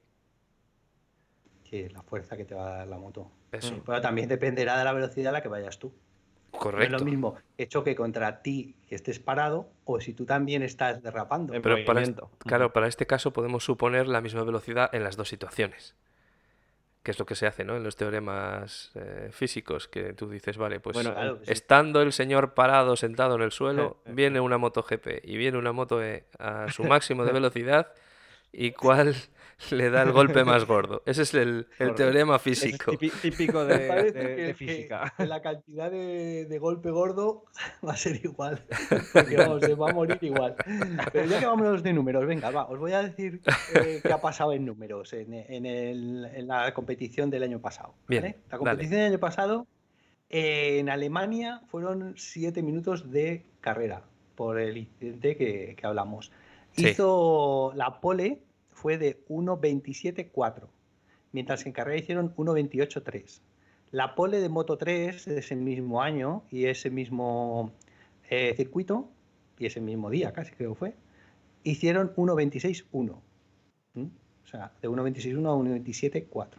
Sí, la fuerza que te va a dar la moto. Eso, Pero también dependerá de la velocidad a la que vayas tú. No es correcto. lo mismo que choque contra ti y estés parado o si tú también estás derrapando. En Pero para este, movimiento. claro, para este caso podemos suponer la misma velocidad en las dos situaciones. Que es lo que se hace, ¿no? En los teoremas eh, físicos, que tú dices, vale, pues Bueno, Claro, sí. estando el señor parado, sentado en el suelo, Eh, eh, viene una MotoGP y viene una moto E a su máximo de velocidad y cuál le da el golpe más gordo. Ese es el, el Correcto. teorema es físico. típi- típico Me de, parece de- que, de que- física. que la cantidad de, de golpe gordo va a ser igual. Porque vamos, se va a morir igual. Pero ya que vamos de números, venga, va, os voy a decir eh, qué ha pasado en números en, en el- en la competición del año pasado. Bien, ¿vale? La dale. competición del año pasado eh, en Alemania fueron siete minutos de carrera por el incidente que, que hablamos. Sí. Hizo la pole, fue de uno veintisiete cuatro, mientras que en carrera hicieron uno veintiocho tres. La pole de Moto tres de ese mismo año y ese mismo eh, circuito, y ese mismo día casi creo que fue, hicieron uno veintiséis uno. ¿Mm? O sea, de uno veintiséis uno a uno veintisiete cuatro.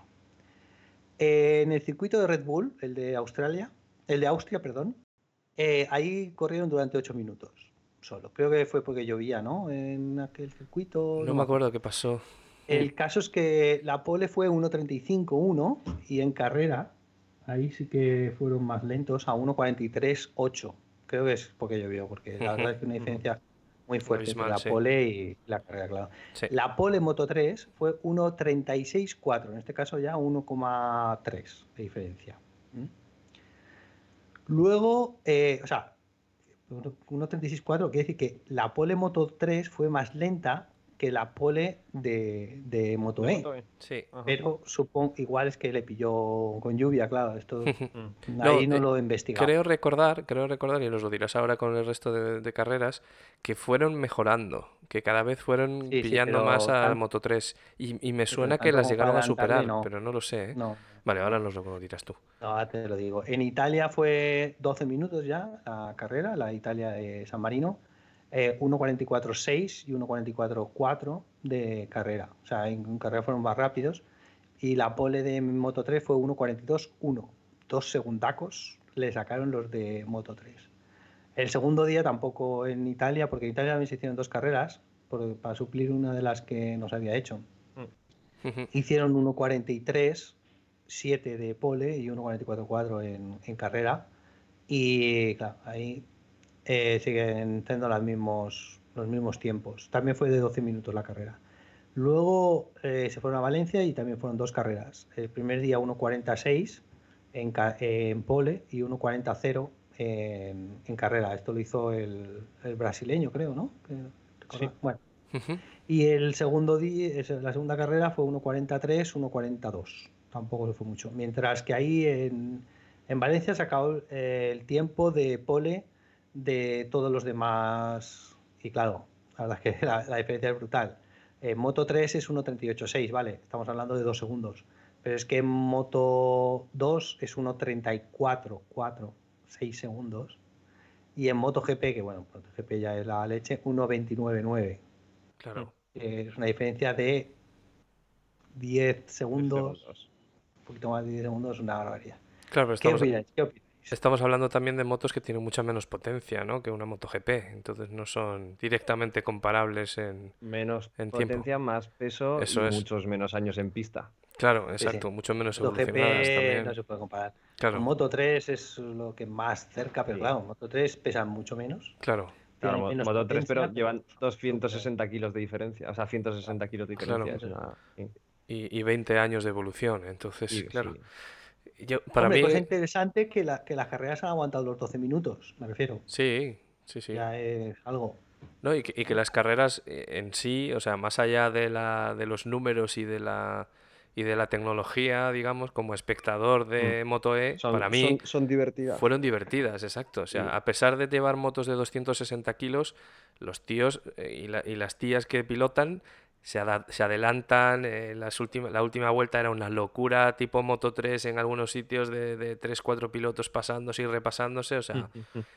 Eh, en el circuito de Red Bull, el de Australia, el de Austria, perdón, eh, ahí corrieron durante ocho minutos solo. Creo que fue porque llovía, ¿no? En aquel circuito. No me acuerdo qué pasó. El caso es que la pole fue uno treinta y cinco uno y en carrera ahí sí que fueron más lentos a uno cuarenta y tres ocho. Creo que es porque llovió, porque la verdad es que una diferencia muy fuerte entre Abismal, la sí. pole y la carrera, claro. Sí. La pole Moto tres fue uno treinta y seis cuatro, en este caso ya uno coma tres de diferencia. ¿Mm? Luego, eh, o sea, uno treinta y seis cuatro quiere decir que la pole Moto tres fue más lenta que la pole de, de Moto E. Moto E. Sí. Ajá. Pero supongo, igual es que le pilló con lluvia, claro, esto Mm. ahí No, no eh, lo he investigado. Creo recordar, creo recordar, y nos lo dirás ahora con el resto de, de carreras, que fueron mejorando, que cada vez fueron Sí, sí, pillando pero más a tan- Moto tres. Y, y me pero suena que tanto las como llegaron para a superar, adelantarle, no. pero no lo sé, ¿eh? No, Vale, ahora nos lo dirás tú. no, ahora te lo digo. En Italia fue doce minutos ya la carrera, la Italia de San Marino, eh, uno cuarenta y cuatro seis y uno cuarenta y cuatro cuatro de carrera. O sea, en carrera fueron más rápidos. Y la pole de Moto tres fue uno cuarenta y dos uno. Dos segundacos le sacaron los de Moto tres. El segundo día tampoco en Italia, porque en Italia también se hicieron dos carreras por- para suplir una de las que nos había hecho. Hicieron uno cuarenta y tres siete de pole y uno cuarenta y cuatro cuatro en, en carrera. Y claro, ahí eh, siguen teniendo los mismos, los mismos tiempos. También fue de doce minutos la carrera. Luego eh, se fueron a Valencia y también fueron dos carreras. El primer día uno cuarenta seis en, ca- en pole y uno cuarenta cero en, en carrera. Esto lo hizo el, el brasileño, creo, ¿no? Que- Sí. Bueno. Ujú. Y el segundo día, es- la segunda carrera fue uno cuarenta tres uno cuarenta dos. Tampoco le fue mucho. Mientras que ahí en, en Valencia se acabó eh, el tiempo de pole de todos los demás. Y claro, la verdad es que la, la diferencia es brutal. En Moto tres es uno treinta y ocho seis, vale, estamos hablando de dos segundos. Pero es que en Moto dos es uno treinta y cuatro cuatro, seis segundos. Y en MotoGP, que bueno, MotoGP ya es la leche, uno veintinueve nueve. Claro. Eh, es una diferencia de diez segundos, segundos. un poquito más de diez segundos, es una barbaridad. Claro, pero ¿Qué estamos, opináis? ¿Qué opináis? estamos hablando también de motos que tienen mucha menos potencia, ¿no? Que una MotoGP. Entonces no son directamente comparables en... Menos En tiempo. potencia, más peso Eso y es. muchos menos años en pista. Claro, Sí, sí. exacto. Mucho menos MotoGP evolucionadas también. no se puede comparar. Claro, Con Moto tres es lo que más cerca, pero Sí. claro, Moto tres pesa mucho menos. claro. Claro, tiene Mo- menos Moto tres, potencia, pero llevan pero- doscientos sesenta kilos de diferencia. O sea, ciento sesenta kilos de Claro. diferencia. Es una... sí. Y, y veinte años de evolución. Entonces, Sí, claro. sí. Yo, para Hombre, mí... cosa interesante que, la, que las carreras han aguantado los doce minutos, me refiero. Sí, sí, sí. Ya es algo. No, y que, y que las carreras eh, en sí, o sea, más allá de la, de los números y de la y de la tecnología, digamos, como espectador de Moto E, Son, para mí son, son divertidas. fueron divertidas, exacto. O sea, Sí. a pesar de llevar motos de doscientos sesenta kilos, los tíos eh, y, la- y las tías que pilotan se, ada- se adelantan, eh, las última- la última vuelta era una locura tipo Moto tres en algunos sitios de, de tres cuatro pilotos pasándose y repasándose, o sea,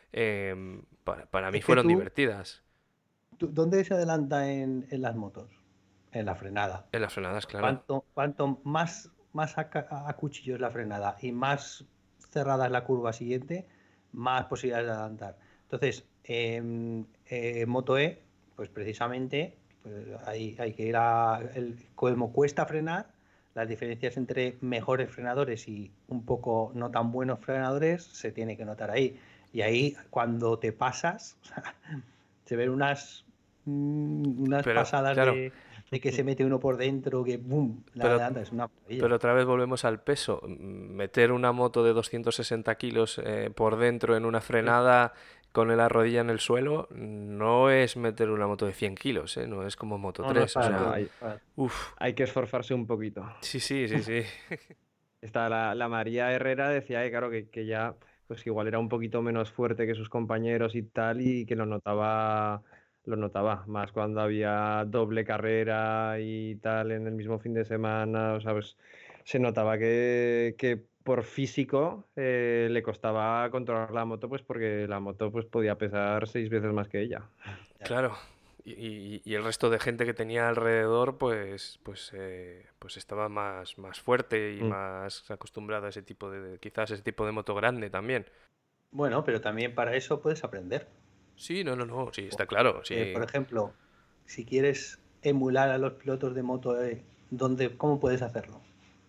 em, para, para mí Es que fueron tú- divertidas. ¿Tú- ¿Dónde se adelanta en, en las motos? En la frenada. En las frenadas, claro. Cuanto, cuanto más, más a, ca- a cuchillo es la frenada y más cerrada es la curva siguiente, más posibilidades de adelantar. Entonces, en eh, Moto E, pues precisamente pues, hay, hay que ir a. El, como cuesta frenar, las diferencias entre mejores frenadores y un poco no tan buenos frenadores se tiene que notar ahí. Y ahí, cuando te pasas, o sea, se ven unas, mm, unas Pero, pasadas claro. de, de que se mete uno por dentro, que ¡bum! La Pero- adelanta, es una maravilla. Pero otra vez volvemos al peso. Mm, Meter una moto de doscientos sesenta kilos eh, por dentro en una frenada con la rodilla en el suelo no es meter una moto de cien kilos, ¿eh? No es como Moto No, no es tres. O para sea, todo. hay, uf. hay que esforzarse un poquito. Sí, sí, sí, sí. Esta, la, la María Herrera decía que, claro, que, que ya pues igual era un poquito menos fuerte que sus compañeros y tal, y que lo notaba, lo notaba más cuando había doble carrera y tal en el mismo fin de semana. O sea, pues, se notaba que, que por físico eh, le costaba controlar la moto, pues porque la moto pues podía pesar seis veces más que ella. Claro. Y, y- y el resto de gente que tenía alrededor, pues, pues, eh, pues estaba más, más fuerte y Mm. más acostumbrado a ese tipo de, de- quizás ese tipo de moto grande también. Bueno, pero también para eso puedes aprender. Sí, no, no, no, sí, está claro, sí. Eh, por ejemplo, si quieres emular a los pilotos de moto E, ¿dónde, ¿cómo puedes hacerlo?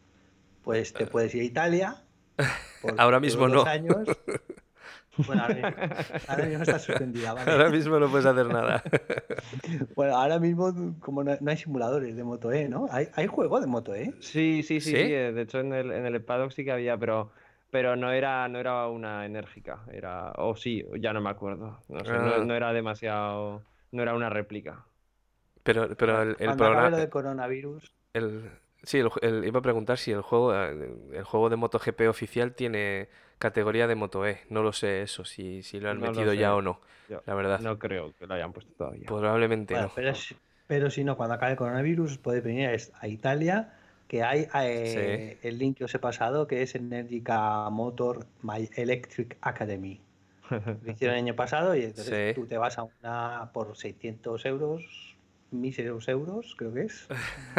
Pues te puedes ir a Italia. por Ahora todos mismo los no. años. Bueno, ahora mismo, ahora mismo está suspendida, ¿vale? Ahora mismo no puedes hacer nada. Bueno, ahora mismo, como no, no hay simuladores de Moto E, ¿no? ¿Hay, hay juego de Moto E? Sí, sí, sí, ¿Sí? sí. eh, De hecho, en el, en el paddock sí que había, pero, pero no era, no era una enérgica. Era, o sí, ya no me acuerdo. No sé, no, Ah. no era demasiado, no era una réplica. Pero, pero el, el Cuando acabe programa, lo de coronavirus, el, sí, el, el- iba a preguntar si el juego, eh, el juego de MotoGP oficial tiene categoría de Moto E. No lo sé eso, si, si lo han No lo metido ya sé. o no, Yo la verdad. no creo que lo hayan puesto todavía. Probablemente bueno, no. pero, si- pero si no, cuando acabe el coronavirus, podéis venir a es- a Italia, que hay eh, el link que os he pasado, que es Energica Motor My Electric Academy. Lo hicieron el año pasado y entonces Sí. tú te vas a una por seiscientos euros, míseros euros, creo que es.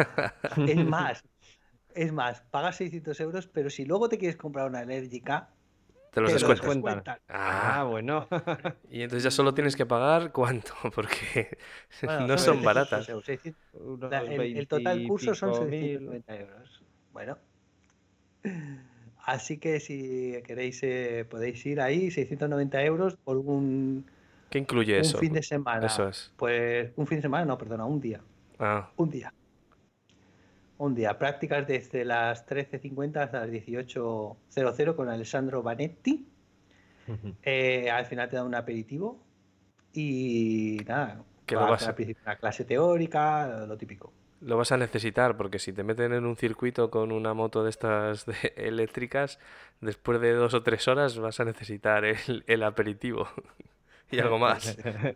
Es más, es más, pagas seiscientos euros, pero si luego te quieres comprar una Energica, Te los te Te lo los descuentan. descuentan. Ah, Ah, bueno. y entonces ya solo tienes que pagar ¿cuánto? Porque Bueno, no son son seiscientos baratas. euros, seiscientos. Unos La- el, el total curso son veintipico seiscientos mil. noventa euros. Bueno. Así que si queréis, eh, podéis ir ahí, seiscientos noventa euros por un, ¿Qué incluye un eso? fin de semana. Eso es. Pues un fin de semana, no, perdona, un día. Ah, Un día. Un día. Prácticas desde las trece cincuenta hasta las dieciocho cero cero con Alessandro Vanetti. Eh, al final te da un aperitivo y nada. Que va lo a vas hacer a- al principio una clase teórica, lo típico. lo vas a necesitar porque si te meten en un circuito con una moto de estas de- eléctricas, después de dos o tres horas vas a necesitar el, el aperitivo y algo más.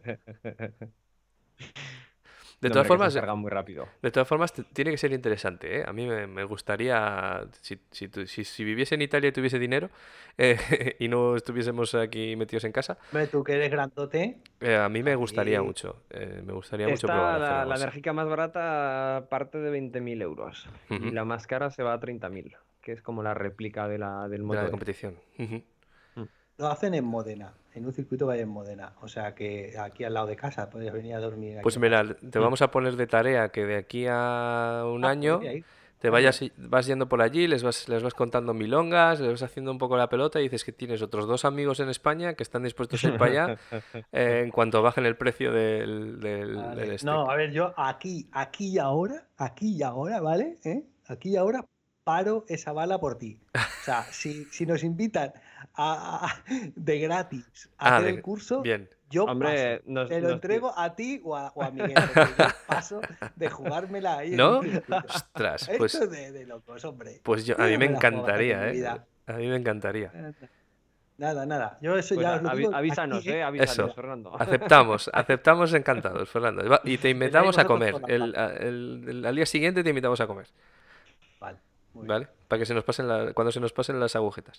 De No, todas hombre, que se formas, cargan muy rápido. de todas formas, te- tiene que ser interesante, ¿eh? A mí me, me gustaría, si, si, tu- si, si viviese en Italia y tuviese dinero eh, y no estuviésemos aquí metidos en casa, Hombre, tú que eres grandote, eh, a mí me gustaría aquí mucho. eh, me gustaría mucho Esta, probar hacer la, algo la así. enérgica más barata parte de veinte mil euros. Ujú. Y la más cara se va a treinta mil, que es como la réplica de la, del De Moto la E. competición. Ujú. lo hacen en Módena, en un circuito que hay en Módena. O sea que aquí al lado de casa, puedes venir a dormir aquí Pues a mira, casa. te vamos a poner de tarea que de aquí a un Ah, año podría ir. te Ah, vayas, mira. y- vas yendo por allí, les vas, les vas contando milongas, les vas haciendo un poco la pelota y dices que tienes otros dos amigos en España que están dispuestos a ir para allá eh, en cuanto bajen el precio del, del, Vale. del este. No, a ver, yo aquí, aquí y ahora, aquí y ahora, ¿vale? ¿Eh? Aquí y ahora paro esa bala por ti. O sea, si, si nos invitan a, a- de gratis a Ah, hacer de- el curso, bien. yo Hombre, paso. nos- Te lo nos- entrego a ti o a, o a Miguel, porque yo paso de jugármela ahí en ¿No? un circuito. Ostras, Esto pues, es de, de locos, hombre. pues yo, Yo a no mí me me la juego bastante en encantaría, mi ¿eh? vida. A mí me encantaría. Nada, nada. Yo eso Pues ya a- os lo avi- digo avísanos, aquí, eh, ¿eh? avísanos, Eso. Fernando. Aceptamos, aceptamos encantados, Fernando. Va- Y te Estáis invitamos a vosotros comer. por la El, tarde. a- el- el- al día siguiente te invitamos a comer, Vale, muy bien. ¿vale? Para que se nos pasen la- cuando se nos pasen las agujetas.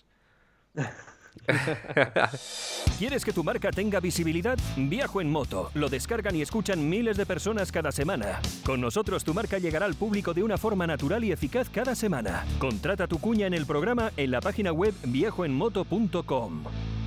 ¿Quieres que tu marca tenga visibilidad? Viajo en Moto. Lo descargan y escuchan miles de personas cada semana. Con nosotros tu marca llegará al público de una forma natural y eficaz cada semana. Contrata tu cuña en el programa en la página web viajo en moto punto com.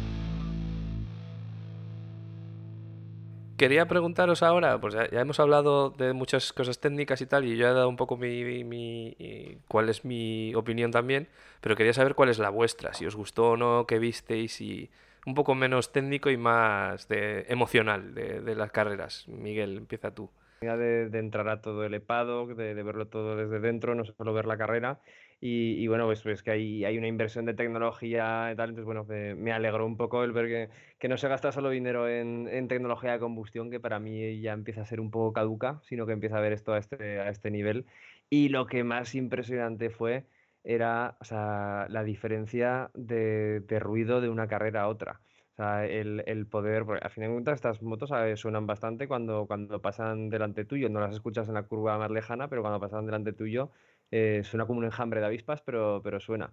Quería preguntaros ahora, pues ya, ya hemos hablado de muchas cosas técnicas y tal, y yo he dado un poco mi, mi- y cuál es mi opinión también, pero quería saber cuál es la vuestra, si os gustó o no, qué visteis, y un poco menos técnico y más de emocional de, de las carreras. Miguel, empieza tú. De, de entrar a todo el paddock, de, de verlo todo desde dentro, no solo ver la carrera. Y, y bueno, pues, pues que hay, hay una inversión de tecnología y tal, entonces bueno, me, me alegró un poco el ver que, que no se gasta solo dinero en, en tecnología de combustión, que para mí ya empieza a ser un poco caduca, sino que empieza a ver esto a este, a este nivel. Y lo que más impresionante fue, era, o sea, la diferencia de, de ruido de una carrera a otra. O sea, el, el poder, porque al fin de cuentas estas motos eh, suenan bastante cuando, cuando pasan delante tuyo, no las escuchas en la curva más lejana, pero cuando pasan delante tuyo eh, suena como un enjambre de avispas, pero, pero suena.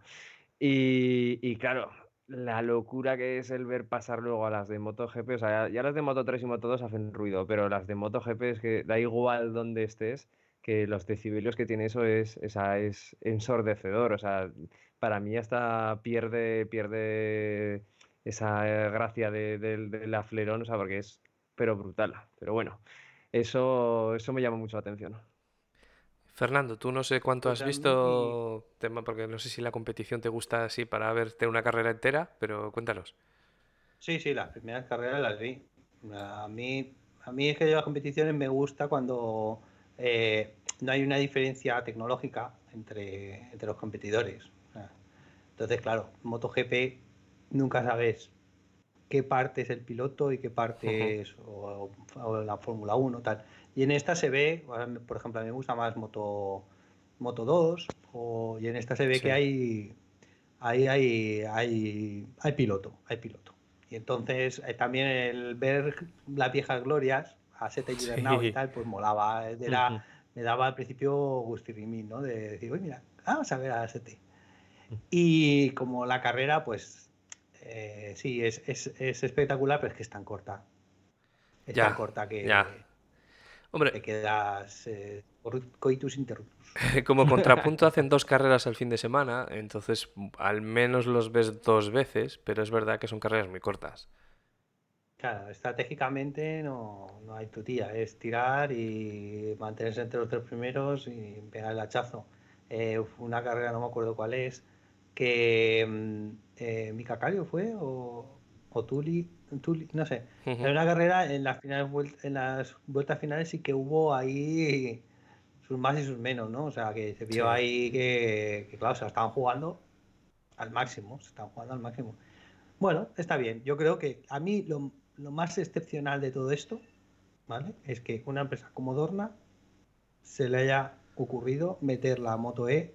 Y, y claro, la locura que es el ver pasar luego a las de MotoGP, o sea, ya, ya las de Moto tres y Moto dos hacen ruido, pero las de MotoGP es que da igual donde estés, que los decibelios que tiene eso es, esa, es ensordecedor, o sea, para mí hasta pierde, pierde esa eh, gracia de- del del aflerón, o sea, porque es pero brutal, pero bueno, eso, eso me llama mucho la atención. Fernando, tú no sé cuánto Pues has a mí, visto, tema, porque no sé si la competición te gusta así para verte una carrera entera, pero cuéntanos. sí, sí, las primeras carreras las vi. A mí, a mí es que las competiciones me gusta cuando eh, no hay una diferencia tecnológica entre, entre los competidores. O sea, entonces, claro, MotoGP nunca sabes qué parte es el piloto y qué Ujú. parte es o, o la Fórmula uno tal. Y en esta se ve, por ejemplo, a mí me gusta más Moto, Moto dos, o, y en esta se ve que Sí. hay, hay, hay, hay, hay piloto, hay piloto. Y entonces eh, también el ver las viejas glorias, a Sete Gibernau y Sí. tal, pues molaba. Ujú. Era, me daba al principio gustirrimín, ¿no? De decir, uy, mira, vamos a ver a Sete. Y como la carrera, pues eh, sí, es, es, es espectacular, pero es que es tan corta. Es tan Ya, corta ya. que te Hombre, quedas eh, coitus interruptus. como contrapunto hacen dos carreras al fin de semana, entonces mm, al menos los ves dos veces, pero es verdad que son carreras muy cortas. Claro, estratégicamente no, no hay tu tía, es tirar y mantenerse entre los tres primeros y pegar el hachazo. Eh, una carrera, no me acuerdo cuál es, que mm, eh, Mika Kallio fue o, o Tuli, Tuli, no sé. En Ujú. una carrera, en las finales, vuel- en las vueltas finales sí que hubo ahí sus más y sus menos, ¿no? O sea, que se vio Sí. ahí que, que, claro, se la estaban jugando al máximo, se estaban jugando al máximo. Bueno, está bien. Yo creo que a mí lo, lo más excepcional de todo esto, ¿vale? Es que una empresa como Dorna se le haya ocurrido meter la Moto E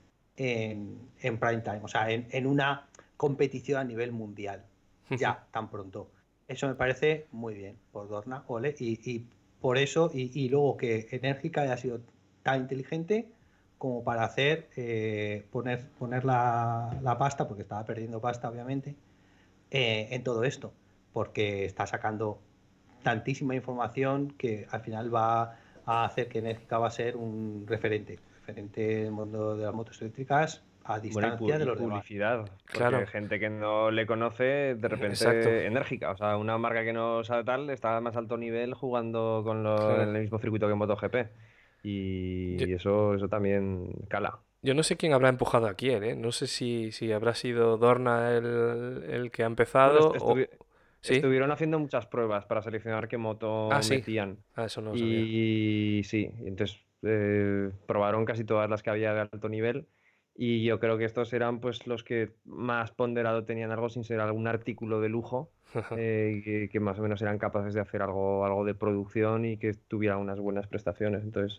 en, en prime time, o sea, en, en una competición a nivel mundial, Ujú. ya tan pronto. Eso me parece muy bien por Dorna, ole, y, y por eso, y, y luego que Enérgica haya sido tan inteligente como para hacer, eh, poner, poner la, la pasta, porque estaba perdiendo pasta, obviamente, eh, en todo esto, porque está sacando tantísima información que al final va a hacer que Enérgica va a ser un referente, referente en el mundo de las motos eléctricas a Bueno, y, pu- distancia de y los demás. publicidad, porque Claro, gente que no le conoce, de exacto. repente enérgica, o sea, una marca que no sabe tal, está a más alto nivel jugando con lo, Claro. en el mismo circuito que MotoGP. Yo, Y eso, eso también cala. yo no sé quién habrá empujado a quién, ¿eh? No sé si, si habrá sido Dorna el, el que ha Bueno, empezado est- o... estuvi- ¿Sí? estuvieron haciendo muchas pruebas para seleccionar qué Ah, moto sí. metían. Ah, eso no lo sabía. Y sí, y entonces eh, probaron casi todas las que había de alto nivel. Y yo creo que estos eran pues los que más ponderado tenían algo sin ser algún artículo de lujo, eh, que, que más o menos eran capaces de hacer algo, algo de producción y que tuvieran unas buenas prestaciones. Entonces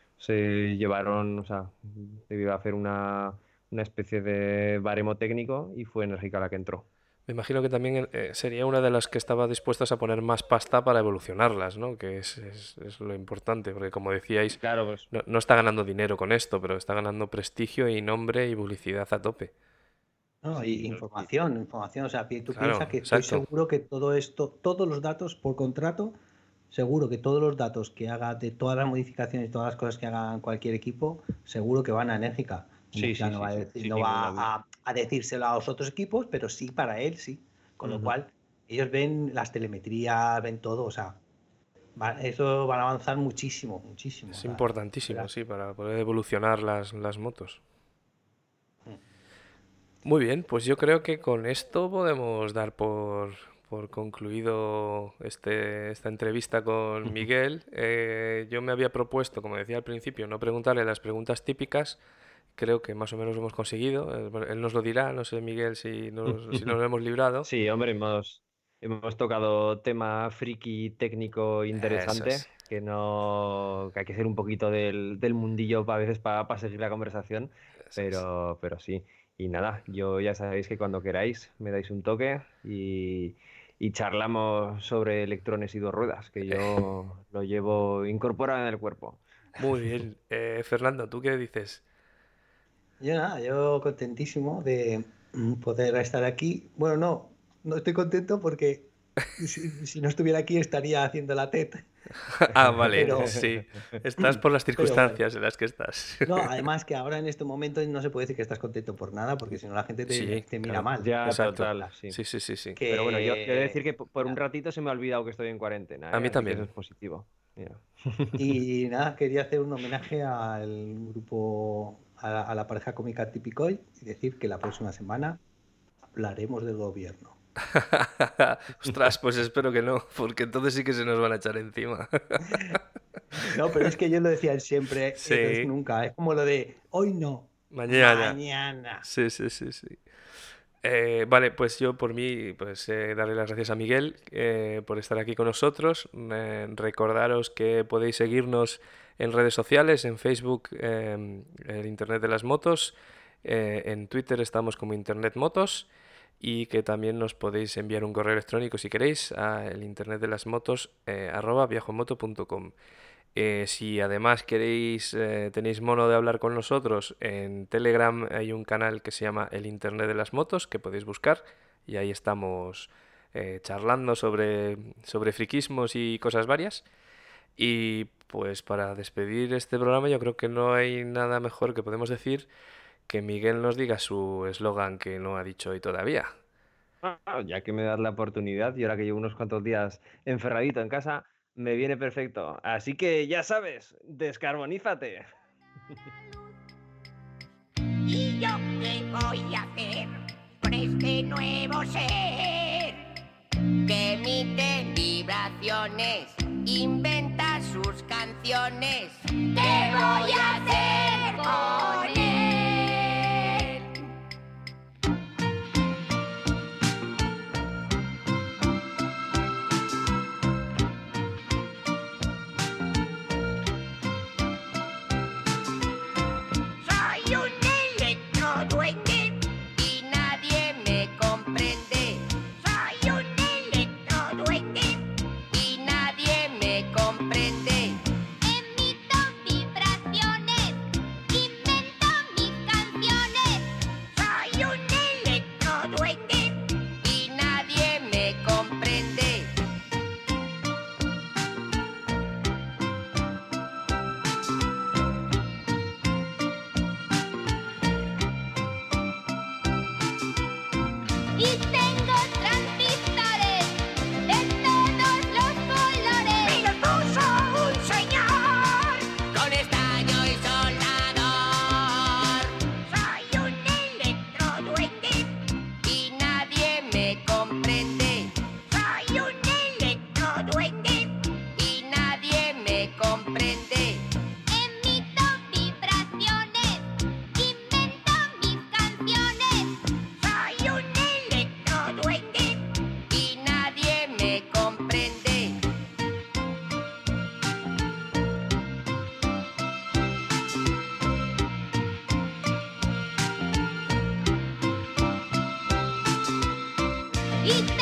se llevaron, o sea, debió hacer una, una especie de baremo técnico y fue Enérgica la que entró. Me imagino que también eh, sería una de las que estaba dispuestas a poner más pasta para evolucionarlas, ¿no? Que es, es, es lo importante, porque como decíais, Claro, pues no, no está ganando dinero con esto, pero está ganando prestigio y nombre y publicidad a tope. No, sí, y no, información, información. O sea, pi- tú Claro, piensas que estoy exacto. seguro que todo esto, todos los datos por contrato, seguro que todos los datos que haga de todas las modificaciones, todas las cosas que hagan cualquier equipo, seguro que van a Enérgica. sí, Enérgica sí, no sí, va a sí, decir, sin no ninguna va duda. a, a decírselo a los otros equipos, pero sí para él, sí. Con lo Ujú. cual, ellos ven las telemetrías, ven todo, o sea, va- eso van a avanzar muchísimo, muchísimo. Es O sea, importantísimo, verás. sí, para poder evolucionar las, las motos. Mm. Muy bien, pues yo creo que con esto podemos dar por, por concluido este, esta entrevista con Miguel. Eh, yo me había propuesto, como decía al principio, no preguntarle las preguntas típicas. Creo que más o menos lo hemos conseguido. Él, bueno, él nos lo dirá, no sé, Miguel, si nos, si nos lo hemos librado. Sí, hombre, hemos, hemos tocado tema friki técnico Eso interesante, es. que no, que hay que ser un poquito del, del mundillo pa- a veces para seguir la conversación, Eso es. pero, pero sí. Y nada, yo ya sabéis que cuando queráis me dais un toque y, y charlamos sobre electrones y dos ruedas, que yo lo llevo incorporado en el cuerpo. Muy bien. Eh, Fernando, ¿tú qué dices? Yo nada, yo contentísimo de mm, poder estar aquí. Bueno, no, no estoy contento porque si, si no estuviera aquí estaría haciendo la T E D. Ah, vale, Pero, sí. Estás por las pero bueno. circunstancias en las que estás. No, además que ahora en este momento no se puede decir que estás contento por nada, porque si no la gente te, Sí, te mira claro. mal. Ya, Exacto. total, sí. Sí, sí, sí, sí. Pero bueno, yo, yo he de decir Que, que p- por un ratito se me ha olvidado que estoy en cuarentena, A ¿eh? mí Así que eso también. es positivo. Mira. y nada, quería hacer un homenaje al grupo, a la, a la pareja cómica Tipicoy y decir que la próxima semana hablaremos del gobierno. Ostras, pues espero que no, porque entonces sí que se nos van a echar encima. No, pero es que yo lo decía siempre, eso es Sí, nunca. Es como lo de hoy no, mañana. mañana. Sí, sí, sí, sí. Eh, vale, pues yo por mí, pues eh, darle las gracias a Miguel eh, por estar aquí con nosotros. Eh, recordaros que podéis seguirnos en redes sociales, en Facebook, eh, el Internet de las Motos, eh, en Twitter estamos como Internet Motos y que también nos podéis enviar un correo electrónico si queréis a el internet de las motos eh, arroba viajomoto punto com. Eh, si además queréis, eh, tenéis mono de hablar con nosotros, en Telegram hay un canal que se llama El Internet de las Motos, que podéis buscar, y ahí estamos eh, charlando sobre, sobre friquismos y cosas varias. Y pues para despedir este programa yo creo que no hay nada mejor que podemos decir que Miguel nos diga su eslogan que no ha dicho hoy todavía. Ah, ya que me das la oportunidad y ahora que llevo unos cuantos días encerradito en casa, me viene perfecto. Así que ya sabes, descarbonízate. ¿Y yo qué voy a hacer con este nuevo ser que emite vibraciones, inventa sus canciones? ¿Qué voy a hacer con él? Soy un electroduende y nadie me comprende. Soy un electroduende y nadie me comprende. Emito vibraciones, invento y te